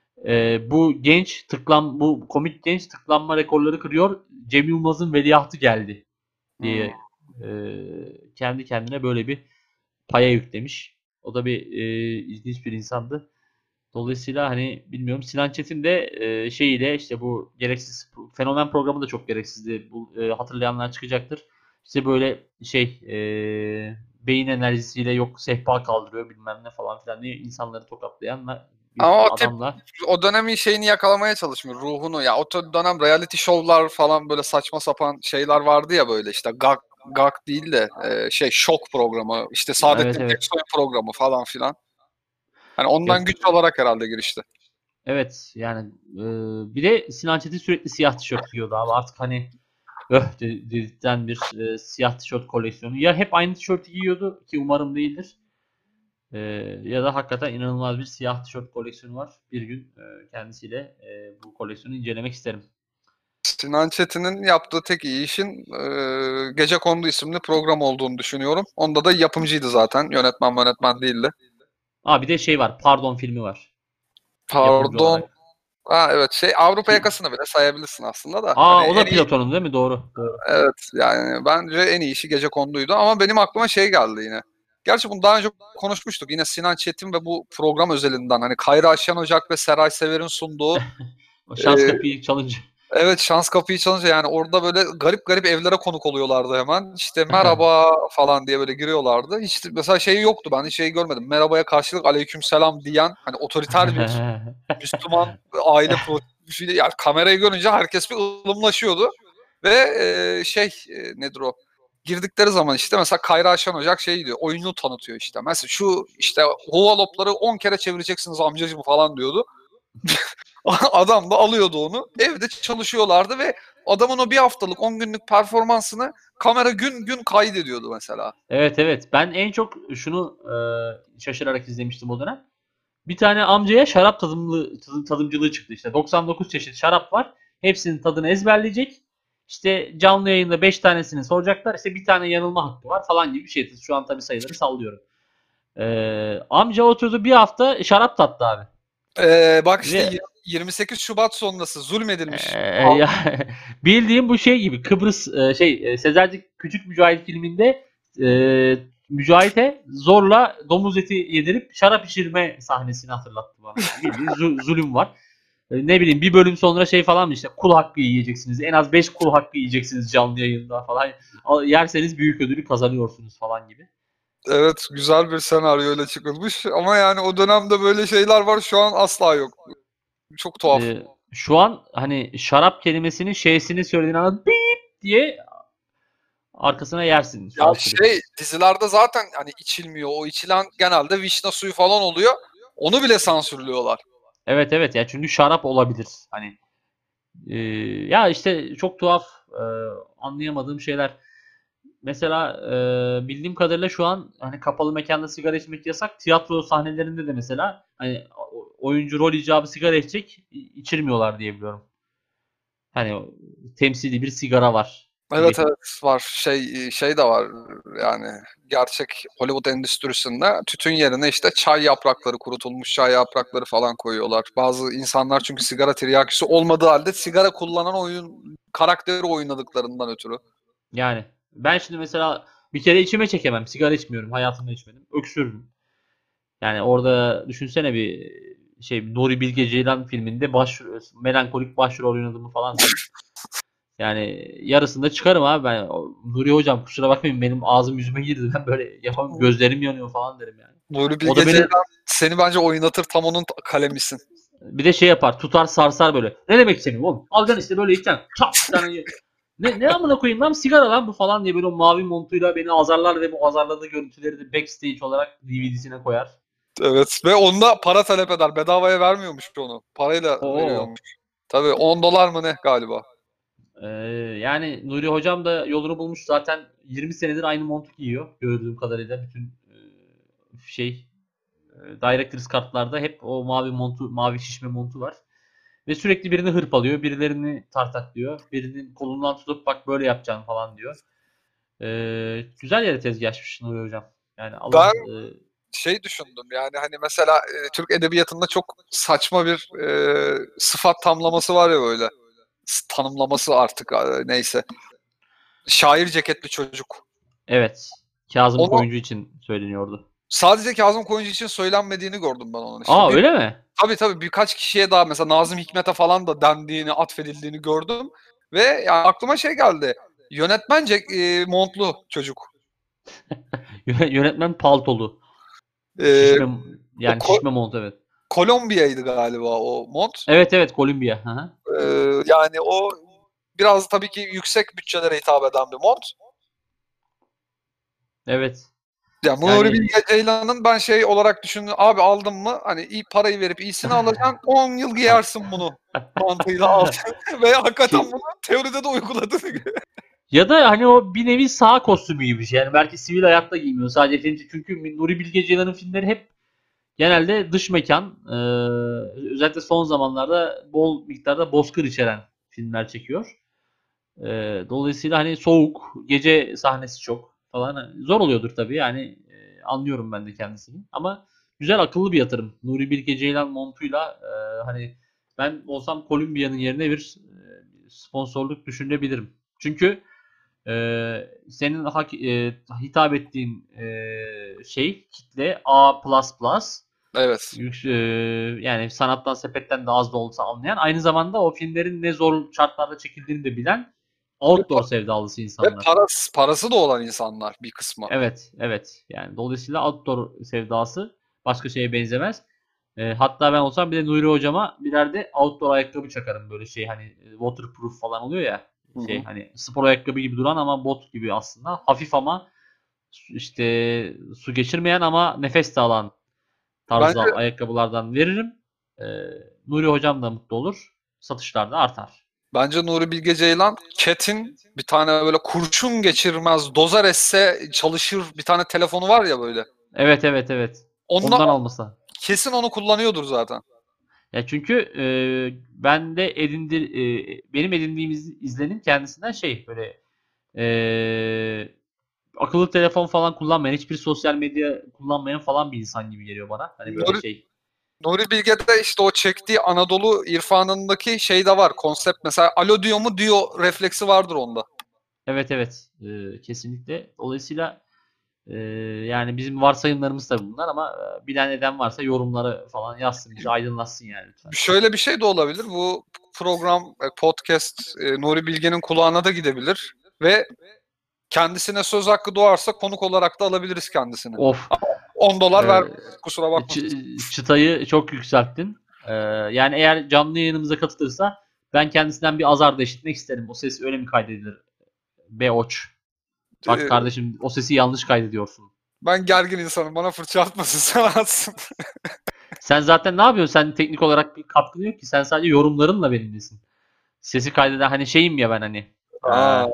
Speaker 1: Bu komik genç tıklanma rekorları kırıyor. Cem Yılmaz'ın veliahtı geldi
Speaker 2: Hmm.
Speaker 1: diye e, kendi kendine böyle bir paya yüklemiş. O da bir ilginç bir insandı. Dolayısıyla hani bilmiyorum, Sinan Çetin de şeyiyle işte bu gereksiz fenomen programı da çok gereksizdi. Bu hatırlayanlar çıkacaktır. İşte böyle şey beyin enerjisiyle yok sehpa kaldırıyor bilmem ne falan filan diye insanları tokatlayan bir
Speaker 2: Ama o tip,
Speaker 1: adamla.
Speaker 2: o dönemin şeyini yakalamaya çalışmıyor, ruhunu. Ya o dönem reality show'lar falan böyle saçma sapan şeyler vardı ya, böyle işte Gak değil de şey, şok programı, işte
Speaker 1: Evet,
Speaker 2: Saadettin
Speaker 1: evet.
Speaker 2: Teksoy programı falan filan. Hani
Speaker 1: Ya,
Speaker 2: ondan güç alarak herhalde girişti.
Speaker 1: evet yani bir de Sinan Çetin sürekli siyah tişört giyiyordu abi. Artık hani dedikten bir siyah tişört koleksiyonu. Ya hep aynı tişörtü giyiyordu ki umarım değildir. E, Ya da hakikaten inanılmaz bir siyah tişört koleksiyonu var. Bir gün kendisiyle bu koleksiyonu incelemek isterim.
Speaker 2: Sinan Çetin'in yaptığı tek iyi işin Gecekondu isimli program olduğunu düşünüyorum. Onda da yapımcıydı zaten. Yönetmen değildi.
Speaker 1: Bir de şey var. Pardon filmi var. Yapımcı
Speaker 2: Pardon.
Speaker 1: olarak.
Speaker 2: Ha, evet, şey, Avrupa
Speaker 1: Ki,
Speaker 2: Yakası'nı bile sayabilirsin aslında da. Hani
Speaker 1: o
Speaker 2: en
Speaker 1: da
Speaker 2: iyi,
Speaker 1: Platon'un değil mi? Doğru. Doğru.
Speaker 2: evet, yani bence en iyi işi Gecekondu'ydu ama benim aklıma şey geldi yine. Gerçi bunu daha önce konuşmuştuk. Yine Sinan Çetin ve bu program özelinden, hani Kayra Şen Ocak ve Seray Sever'in sunduğu
Speaker 1: O şans
Speaker 2: e,
Speaker 1: kapıyı çalınca.
Speaker 2: evet, Şans Kapıyı Çalınca, yani orada böyle garip garip evlere konuk oluyorlardı hemen. İşte merhaba falan diye böyle giriyorlardı. Hiç mesela şeyi yoktu. Ben hiç şeyi görmedim. Merhabaya karşılık aleykümselam diyen, hani otoriter bir Müslüman aile yani kamerayı görünce herkes bir ılımlaşıyordu. Ve nedir o? Girdikleri zaman işte mesela Kayra Şenocak şey diyor, oyunu tanıtıyor işte. Mesela şu işte Huvalop'ları 10 kere çevireceksiniz amcacığım falan diyordu. Adam da alıyordu onu. Evde çalışıyorlardı ve adamın o bir haftalık 10 günlük performansını kamera gün gün kaydediyordu mesela.
Speaker 1: Evet, evet. Ben en çok şunu şaşırarak izlemiştim o dönem. Bir tane amcaya şarap tadımcılığı çıktı işte. 99 çeşit şarap var. Hepsinin tadını ezberleyecek. İşte canlı yayında 5 tanesini soracaklar. İşte bir tane yanılma hakkı var falan gibi bir şey. Şu an tabii sayıları sallıyorum. Amca oturdu bir hafta şarap tattı abi.
Speaker 2: Bak işte
Speaker 1: Ve
Speaker 2: 28 Şubat sonrası zulmedilmiş.
Speaker 1: ya, bildiğim bu şey gibi Kıbrıs Sezercik Küçük Mücahit filminde e, Mücahit'e zorla domuz eti yedirip şarap içirme sahnesini hatırlattı bana. Yani bildiğin zulüm var. Ne bileyim bir bölüm sonra şey falan mı işte kul hakkı yiyeceksiniz. En az 5 kul hakkı yiyeceksiniz canlı yayında falan. Yerseniz büyük ödülü kazanıyorsunuz falan gibi.
Speaker 2: Evet, güzel bir senaryoyla çıkılmış ama yani o dönemde böyle şeyler var, şu an asla yok. Çok tuhaf.
Speaker 1: Şu an hani şarap kelimesinin şeysini söylediğin anda bip diye arkasına yersin
Speaker 2: Ya
Speaker 1: şarap kulübü.
Speaker 2: dizilerde zaten hani içilmiyor. O içilen genelde vişne suyu falan oluyor. Onu bile sansürlüyorlar.
Speaker 1: Evet, evet ya çünkü şarap olabilir. Hani e, ya işte çok tuhaf anlayamadığım şeyler. Mesela bildiğim kadarıyla şu an hani kapalı mekanda sigara içmek yasak. Tiyatro sahnelerinde de mesela hani oyuncu rol icabı sigara içecek içirmiyorlar diye biliyorum. Hani temsili bir sigara var
Speaker 2: Evet,
Speaker 1: gibi.
Speaker 2: evet, var. Şey de var yani, gerçek Hollywood endüstrisinde tütün yerine işte çay yaprakları, kurutulmuş çay yaprakları falan koyuyorlar. Bazı insanlar çünkü sigara tiryakisi olmadığı halde sigara kullanan karakteri oynadıklarından ötürü.
Speaker 1: Yani ben şimdi mesela bir kere içime çekemem. Sigara içmiyorum. Hayatımda içmedim. Öksürürüm. Yani orada düşünsene bir Nuri Bilge Ceylan filminde melankolik başrol oynadığımı falan düşün. Yani yarısında çıkarım abi ben. Nuri hocam kusura bakmayın benim ağzım yüzüme girdi. Ben böyle yapamam. Gözlerim yanıyor falan derim yani.
Speaker 2: Nuri
Speaker 1: O da
Speaker 2: Bilge
Speaker 1: beni
Speaker 2: Ceylan seni bence oynatır, tam onun kalemisin.
Speaker 1: bir de şey yapar. Tutar sarsar böyle. Ne demek istemiyorum oğlum? Alacaksın işte böyle içeceksin. Çat bir tane. Ne amına koyayım lan sigara lan bu falan diye böyle o mavi montuyla beni azarlar ve bu azarladığı görüntüleri de backstage olarak DVD'sine koyar.
Speaker 2: Evet, ve onda para talep eder. Bedavaya vermiyormuş onu. Parayla
Speaker 1: Oo.
Speaker 2: veriyormuş. Tabii 10 dolar mı ne galiba.
Speaker 1: Ee, Yani Nuri hocam da yolunu bulmuş zaten 20 senedir aynı montu giyiyor gördüğüm kadarıyla bütün şey Directors kartlarda hep o mavi montu, mavi şişme montu var. Ve sürekli birini hırpalıyor, birilerini tartaklıyor, birinin kolundan tutup bak böyle yapacaksın falan diyor. Güzel yere tezgah açmış Nuri hocam. Yani
Speaker 2: Ben
Speaker 1: Allah
Speaker 2: düşündüm yani, hani mesela Türk edebiyatında çok saçma bir sıfat tamlaması var ya böyle. Tanımlaması artık, neyse. Şair ceketli çocuk.
Speaker 1: evet Kazım
Speaker 2: Onu
Speaker 1: Koyuncu için söyleniyordu.
Speaker 2: sadece Kazım Koyuncu için söylenmediğini gördüm ben onun işte.
Speaker 1: Aa öyle mi?
Speaker 2: Tabii birkaç kişiye daha, mesela Nazım Hikmet'e falan da dendiğini, atfedildiğini gördüm. Ve yani aklıma şey geldi. Yönetmence montlu çocuk.
Speaker 1: Yönetmen paltolu.
Speaker 2: E,
Speaker 1: Şişme
Speaker 2: o
Speaker 1: yani şişme mont evet.
Speaker 2: Kolombiya'ydı galiba o mont.
Speaker 1: Evet, evet Kolombiya. Hı hı.
Speaker 2: Yani o biraz tabii ki yüksek bütçelere hitap eden bir mont.
Speaker 1: Evet.
Speaker 2: Yani Nuri
Speaker 1: Yani
Speaker 2: Bilge Ceylan'ın ben şey olarak düşündüm. Abi aldım mı hani iyi parayı verip iyisini alacaksın. 10 yıl giyersin bunu mantığıyla aldın. Ve hakikaten
Speaker 1: Ki-
Speaker 2: bunu teoride de uyguladığını
Speaker 1: ya da hani o bir nevi saha kostümü gibi bir şey. Yani belki sivil hayatta giymiyor sadece filmci. Çünkü Nuri Bilge Ceylan'ın filmleri hep genelde dış mekan, özellikle son zamanlarda bol miktarda bozkır içeren filmler çekiyor. Dolayısıyla hani soğuk, gece sahnesi çok falan. Zor oluyordur tabii yani anlıyorum ben de kendisini. Ama güzel akıllı bir yatırım. Nuri Bilge Ceylan montuyla hani ben olsam Kolumbiya'nın yerine bir sponsorluk düşünebilirim. Çünkü senin hitap ettiğin şey kitle A++.
Speaker 2: Evet.
Speaker 1: Yani sanattan sepetten de az da olsa anlayan. Aynı zamanda o filmlerin ne zor şartlarda çekildiğini de bilen
Speaker 2: Ve,
Speaker 1: outdoor sevdalısı insanlar.
Speaker 2: parası da olan insanlar bir kısmı.
Speaker 1: Evet, evet. Yani dolayısıyla outdoor sevdası başka şeye benzemez. Hatta ben olsam bir de Nuri hocama birer de outdoor ayakkabı çakarım, böyle şey hani waterproof falan oluyor ya,
Speaker 2: Hı
Speaker 1: şey
Speaker 2: hı.
Speaker 1: hani spor ayakkabı gibi duran ama bot gibi aslında, hafif ama işte su geçirmeyen ama nefes de alan tarzda
Speaker 2: Bence
Speaker 1: ayakkabılardan veririm. Ee, Nuri hocam da mutlu olur. Satışlar da artar.
Speaker 2: bence Nuri Bilge Ceylan, Cat'in bir tane böyle kurşun geçirmez, dozer esse çalışır bir tane telefonu var ya böyle.
Speaker 1: Evet, evet, evet.
Speaker 2: Onunla
Speaker 1: Ondan alması.
Speaker 2: kesin onu kullanıyordur zaten.
Speaker 1: Ya çünkü ben de benim edindiğim izlenim kendisinden şey böyle akıllı telefon falan kullanmayan, hiçbir sosyal medya kullanmayan falan bir insan gibi geliyor bana. Hani böyle
Speaker 2: Nuri,
Speaker 1: şey.
Speaker 2: Nuri Bilge'de işte o çektiği Anadolu irfanındaki şey de var. Konsept mesela alo diyor mu diyor refleksi vardır onda.
Speaker 1: Evet, evet. Kesinlikle. Dolayısıyla yani bizim varsayımlarımız tabii bunlar ama bilen eden varsa yorumları falan yazsın, bizi aydınlatsın yani lütfen.
Speaker 2: Şöyle bir şey de olabilir. Bu program, podcast Nuri Bilge'nin kulağına da gidebilir ve kendisine söz hakkı doğarsa konuk olarak da alabiliriz kendisini.
Speaker 1: Of.
Speaker 2: 10 dolar ver,
Speaker 1: Ee,
Speaker 2: kusura bakmasın.
Speaker 1: Çıtayı çok yükselttin. Yani eğer canlı yayınımıza katılırsa ben kendisinden bir azar da işitmek isterim. O ses öyle mi kaydedilir? Be oç. Bak
Speaker 2: E,
Speaker 1: kardeşim, o sesi yanlış kaydediyorsun.
Speaker 2: Ben gergin insanım. Bana fırça atmasın, sen atsın.
Speaker 1: Sen zaten ne yapıyorsun? Sen teknik olarak bir katkın yok ki. Sen sadece yorumlarınla benimlesin. Sesi kaydeden hani şeyim ya ben hani.
Speaker 2: Aa,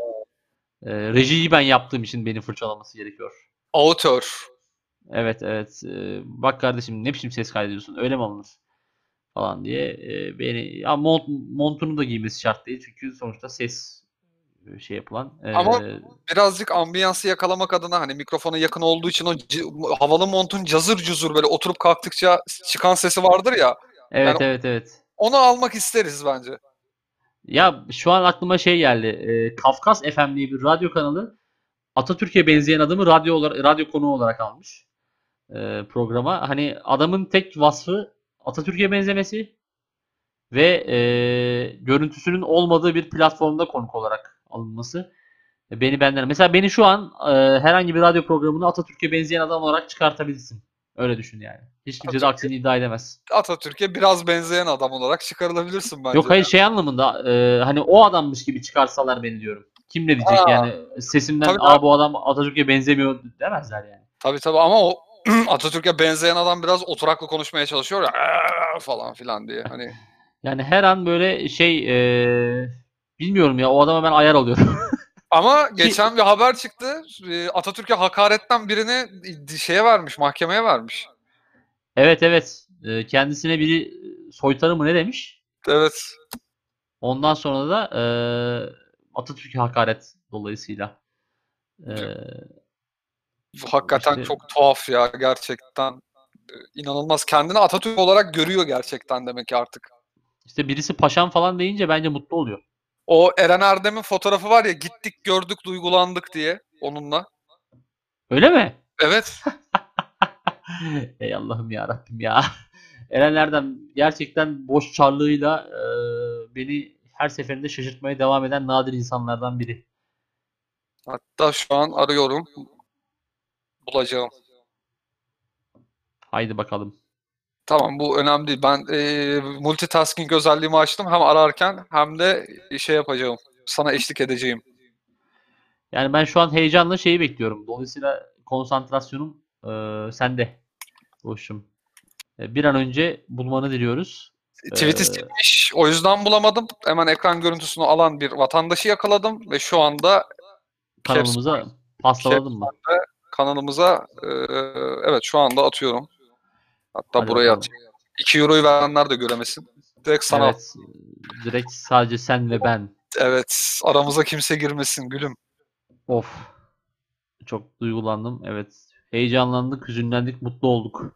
Speaker 1: Rejiyi ben yaptığım için beni fırçalaması gerekiyor.
Speaker 2: auteur.
Speaker 1: Evet, evet. Bak kardeşim, ne biçim ses kaydediyorsun? Öyle mi alınır? Falan diye beni ya montunu da giymesi şart değil. Çünkü sonuçta ses şey yapılan.
Speaker 2: Ama birazcık ambiyansı yakalamak adına hani mikrofona yakın olduğu için o havalı montun cazır cuzur böyle oturup kalktıkça çıkan sesi vardır ya. Yani
Speaker 1: Evet, evet, evet.
Speaker 2: onu almak isteriz bence.
Speaker 1: Ya şu an aklıma şey geldi. Kafkas FM diye bir radyo kanalı Atatürk'e benzeyen adamı radyo konuğu olarak almış programa. Hani adamın tek vasfı Atatürk'e benzemesi ve görüntüsünün olmadığı bir platformda konuk olarak alınması. Beni benden. Mesela beni şu an herhangi bir radyo programını Atatürk'e benzeyen adam olarak çıkartabilirsin. Öyle düşün yani. Hiç kimse de
Speaker 2: Atatürk'e,
Speaker 1: aksini iddia edemez.
Speaker 2: Atatürk'e biraz benzeyen adam olarak çıkarılabilirsin
Speaker 1: Yok,
Speaker 2: bence.
Speaker 1: hayır, şey anlamında hani o adammış gibi çıkarsalar beni diyorum. Kim ne diyecek
Speaker 2: Ha,
Speaker 1: yani, sesimden
Speaker 2: tabii
Speaker 1: bu adam Atatürk'e benzemiyor demezler yani.
Speaker 2: tabii ama o Atatürk'e benzeyen adam biraz oturaklı konuşmaya çalışıyor ya falan filan diye. Hani
Speaker 1: Yani her an böyle şey bilmiyorum ya, o adama ben ayar oluyorum.
Speaker 2: ama
Speaker 1: Ki
Speaker 2: geçen bir haber çıktı. Atatürk'e hakaretten birini şeye vermiş, mahkemeye vermiş.
Speaker 1: evet, evet, kendisine biri soytarı mı ne demiş.
Speaker 2: Evet.
Speaker 1: Ondan sonra da Atatürk'e hakaret dolayısıyla. E,
Speaker 2: Hakikaten
Speaker 1: işte
Speaker 2: çok tuhaf ya gerçekten. İnanılmaz. Kendini Atatürk olarak görüyor gerçekten demek ki artık.
Speaker 1: işte birisi paşam falan deyince bence mutlu oluyor.
Speaker 2: O Eren Erdem'in fotoğrafı var ya, gittik gördük duygulandık diye onunla.
Speaker 1: Öyle mi?
Speaker 2: Evet.
Speaker 1: Ey Allah'ım ya Rabbim ya. Erenlerden gerçekten boş çarlığıyla beni her seferinde şaşırtmaya devam eden nadir insanlardan biri.
Speaker 2: Hatta şu an arıyorum. Bulacağım.
Speaker 1: Haydi bakalım.
Speaker 2: Tamam, bu önemli değil. Ben multitasking özelliğimi açtım. Hem ararken hem de şey yapacağım. Sana eşlik edeceğim.
Speaker 1: Yani ben şu an heyecanla şeyi bekliyorum. Dolayısıyla konsantrasyonum sende. Boşum. Bir an önce bulmanı diliyoruz. E,
Speaker 2: Tweet'i silmiş. O yüzden bulamadım. Hemen ekran görüntüsünü alan bir vatandaşı yakaladım ve şu anda Caps,
Speaker 1: Kanalımıza
Speaker 2: Caps
Speaker 1: pastaladın mı?
Speaker 2: kanalımıza evet şu anda atıyorum. Hatta
Speaker 1: Hadi
Speaker 2: buraya
Speaker 1: bakalım.
Speaker 2: atayım. 2 euroyu verenler de göremesin. Direkt sana at.
Speaker 1: Evet. Direkt sadece sen ve ben.
Speaker 2: Evet. Aramıza kimse girmesin gülüm.
Speaker 1: Of. Çok duygulandım. Evet. Heyecanlandık, hüzünlendik, mutlu olduk.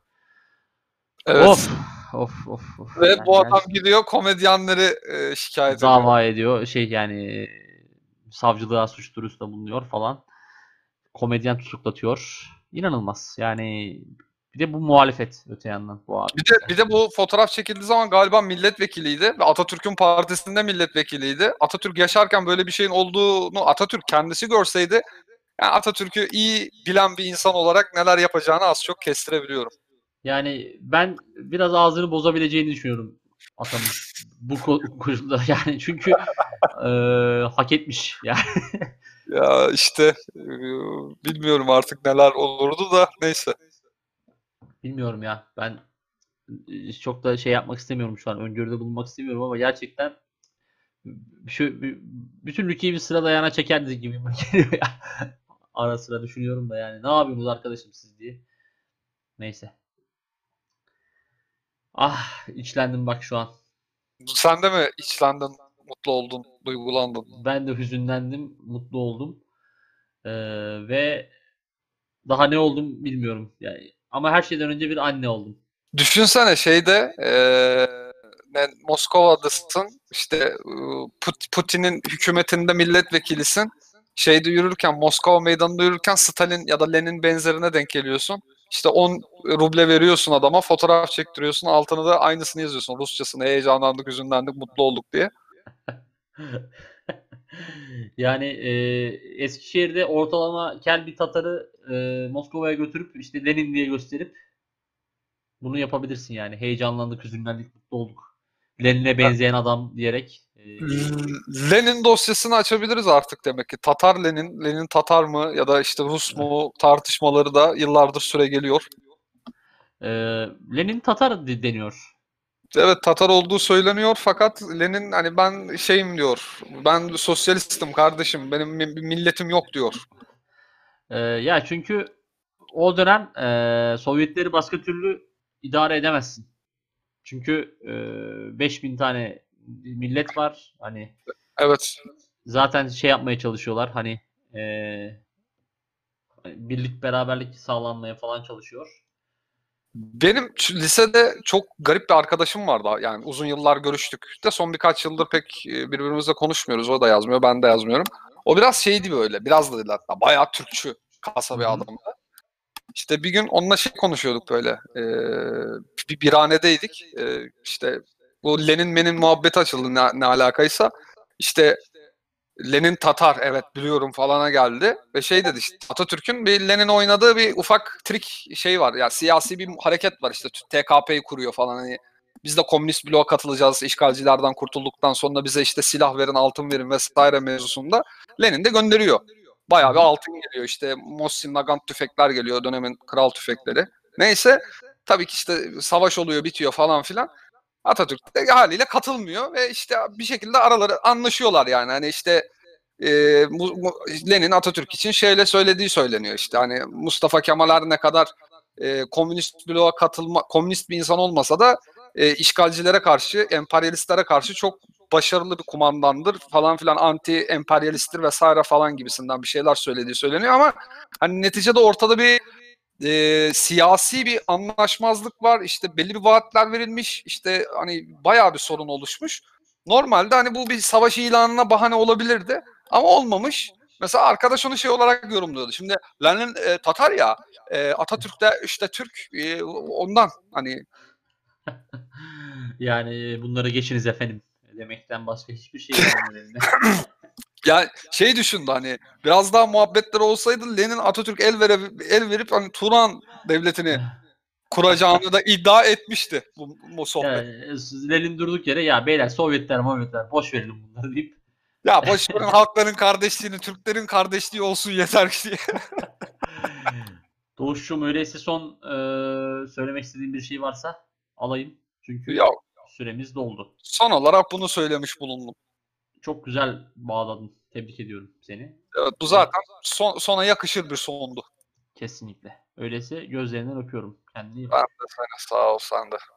Speaker 2: Evet.
Speaker 1: Of. Of, of, of.
Speaker 2: Ve bu
Speaker 1: Yani
Speaker 2: adam
Speaker 1: gerçekten
Speaker 2: gidiyor komedyenleri şikayet ediyor.
Speaker 1: dava ediyor. Şey yani savcılığa suç duyurusunda bulunuyor falan. Komedyen tutuklatıyor. İnanılmaz. Yani bir de bu muhalefet öte yandan bu abi.
Speaker 2: Bir de bu fotoğraf çekildiği zaman galiba milletvekiliydi ve Atatürk'ün partisinde milletvekiliydi. Atatürk yaşarken böyle bir şeyin olduğunu Atatürk kendisi görseydi, yani Atatürk'ü iyi bilen bir insan olarak neler yapacağını az çok kestirebiliyorum.
Speaker 1: Yani ben biraz ağzını bozabileceğini düşünüyorum atamın. Bu koşulda yani çünkü hak etmiş yani.
Speaker 2: Ya işte bilmiyorum artık neler olurdu da neyse.
Speaker 1: Bilmiyorum ya. Ben çok da şey yapmak istemiyorum şu an. Öngörüde bulunmak istemiyorum ama gerçekten şu bütün ülkeyi bir sıra dayağına çekerdi gibi geliyor ya. Ara sıra düşünüyorum da yani. Ne yapıyorsunuz arkadaşım siz diye. Neyse. Ah, içlendim bak şu an.
Speaker 2: Sen de mi içlendin, mutlu oldun, duygulandın?
Speaker 1: Ben de hüzünlendim, mutlu oldum. Ee, ve daha ne oldum bilmiyorum. Yani ama her şeyden önce bir anne oldum.
Speaker 2: Düşünsene şeyde Moskova'dasın işte Putin'in hükümetinde milletvekilisin. Şeyde yürürken Moskova meydanında yürürken Stalin ya da Lenin benzerine denk geliyorsun. İşte 10 ruble veriyorsun adama, fotoğraf çektiriyorsun, altına da aynısını yazıyorsun. Rusçasını, heyecanlandık, hüzünlendik, mutlu olduk diye.
Speaker 1: Yani Eskişehir'de ortalama kel bir Tatar'ı Moskova'ya götürüp işte Lenin diye gösterip bunu yapabilirsin yani. Heyecanlandık, hüzünlendik, mutlu olduk. Lenin'e benzeyen adam diyerek.
Speaker 2: Lenin dosyasını açabiliriz artık demek ki. Tatar Lenin, Lenin Tatar mı ya da işte Rus mu tartışmaları da yıllardır süre geliyor.
Speaker 1: Lenin Tatar deniyor.
Speaker 2: Evet, Tatar olduğu söyleniyor fakat Lenin hani ben şeyim diyor. Ben sosyalistim kardeşim. Benim milletim yok diyor.
Speaker 1: Ya çünkü o dönem Sovyetleri başka türlü idare edemezsin. Çünkü 5000 tane millet var. Hani
Speaker 2: Evet.
Speaker 1: zaten şey yapmaya çalışıyorlar. Hani e, birlik beraberlik sağlanmaya falan çalışıyor.
Speaker 2: Benim lisede çok garip bir arkadaşım vardı. Yani uzun yıllar görüştük. De son birkaç yıldır pek birbirimizle konuşmuyoruz. O da yazmıyor, ben de yazmıyorum. O biraz şeydi böyle. Biraz da değil hatta. Bayağı Türkçü
Speaker 1: Hı
Speaker 2: kasa bir
Speaker 1: hı.
Speaker 2: adam. İşte bir gün onunla şey konuşuyorduk böyle. Bir birhanedeydik. İşte bu Lenin menin muhabbeti açıldı ne alakaysa. İşte Lenin Tatar evet biliyorum falana geldi. Ve şey dedi işte Atatürk'ün bir Lenin oynadığı bir ufak trik şey var. Yani siyasi bir hareket var işte TKP'yi kuruyor falan. Hani biz de komünist bloğa katılacağız işgalcilerden kurtulduktan sonra bize işte silah verin altın verin vesaire mevzusunda Lenin de gönderiyor.
Speaker 1: Hı
Speaker 2: Bayağı bir
Speaker 1: hı.
Speaker 2: altın geliyor işte Mosin Nagant tüfekler geliyor dönemin kral tüfekleri. Neyse tabii ki işte savaş oluyor bitiyor falan filan. Atatürk de haliyle katılmıyor ve işte bir şekilde araları anlaşıyorlar yani. Hani işte e, Lenin Atatürk için şeyle söylediği söyleniyor işte hani Mustafa Kemal her ne kadar komünist bloğa katılma komünist bir insan olmasa da işgalcilere karşı emperyalistlere karşı çok başarılı bir kumandandır falan filan anti emperyalisttir vesaire falan gibisinden bir şeyler söylediği söyleniyor ama hani neticede ortada bir siyasi bir anlaşmazlık var. İşte belli bir vaatler verilmiş. İşte hani bayağı bir sorun oluşmuş. Normalde hani bu bir savaş ilanına bahane olabilirdi ama olmamış. Mesela arkadaş onu şey olarak yorumluyordu. Şimdi Lenin Tatar ya Atatürk de işte Türk ondan hani
Speaker 1: Yani bunları geçiniz efendim demekten başka hiçbir şey gelmiyor eline.
Speaker 2: ya şey düşündü hani biraz daha muhabbetler olsaydı Lenin Atatürk el verip hani Turan devletini kuracağını da iddia etmişti bu sohbet.
Speaker 1: Yani Lenin durduk yere ya beyler Sovyetler boş verelim bunları deyip
Speaker 2: Ya boş verin halkların kardeşliğini, Türklerin kardeşliği olsun yeter ki diye.
Speaker 1: Doğuş'cum öyleyse son söylemek istediğim bir şey varsa alayım.
Speaker 2: Ya
Speaker 1: Çünkü süremiz doldu.
Speaker 2: son olarak bunu söylemiş bulundum.
Speaker 1: Çok güzel bağladın. Tebrik ediyorum seni.
Speaker 2: Evet, bu
Speaker 1: Ve
Speaker 2: zaten sona yakışır bir sondu.
Speaker 1: kesinlikle. Öyleyse gözlerinden öpüyorum. Kendine iyi
Speaker 2: Ben
Speaker 1: bak.
Speaker 2: de sana sağ ol sen de.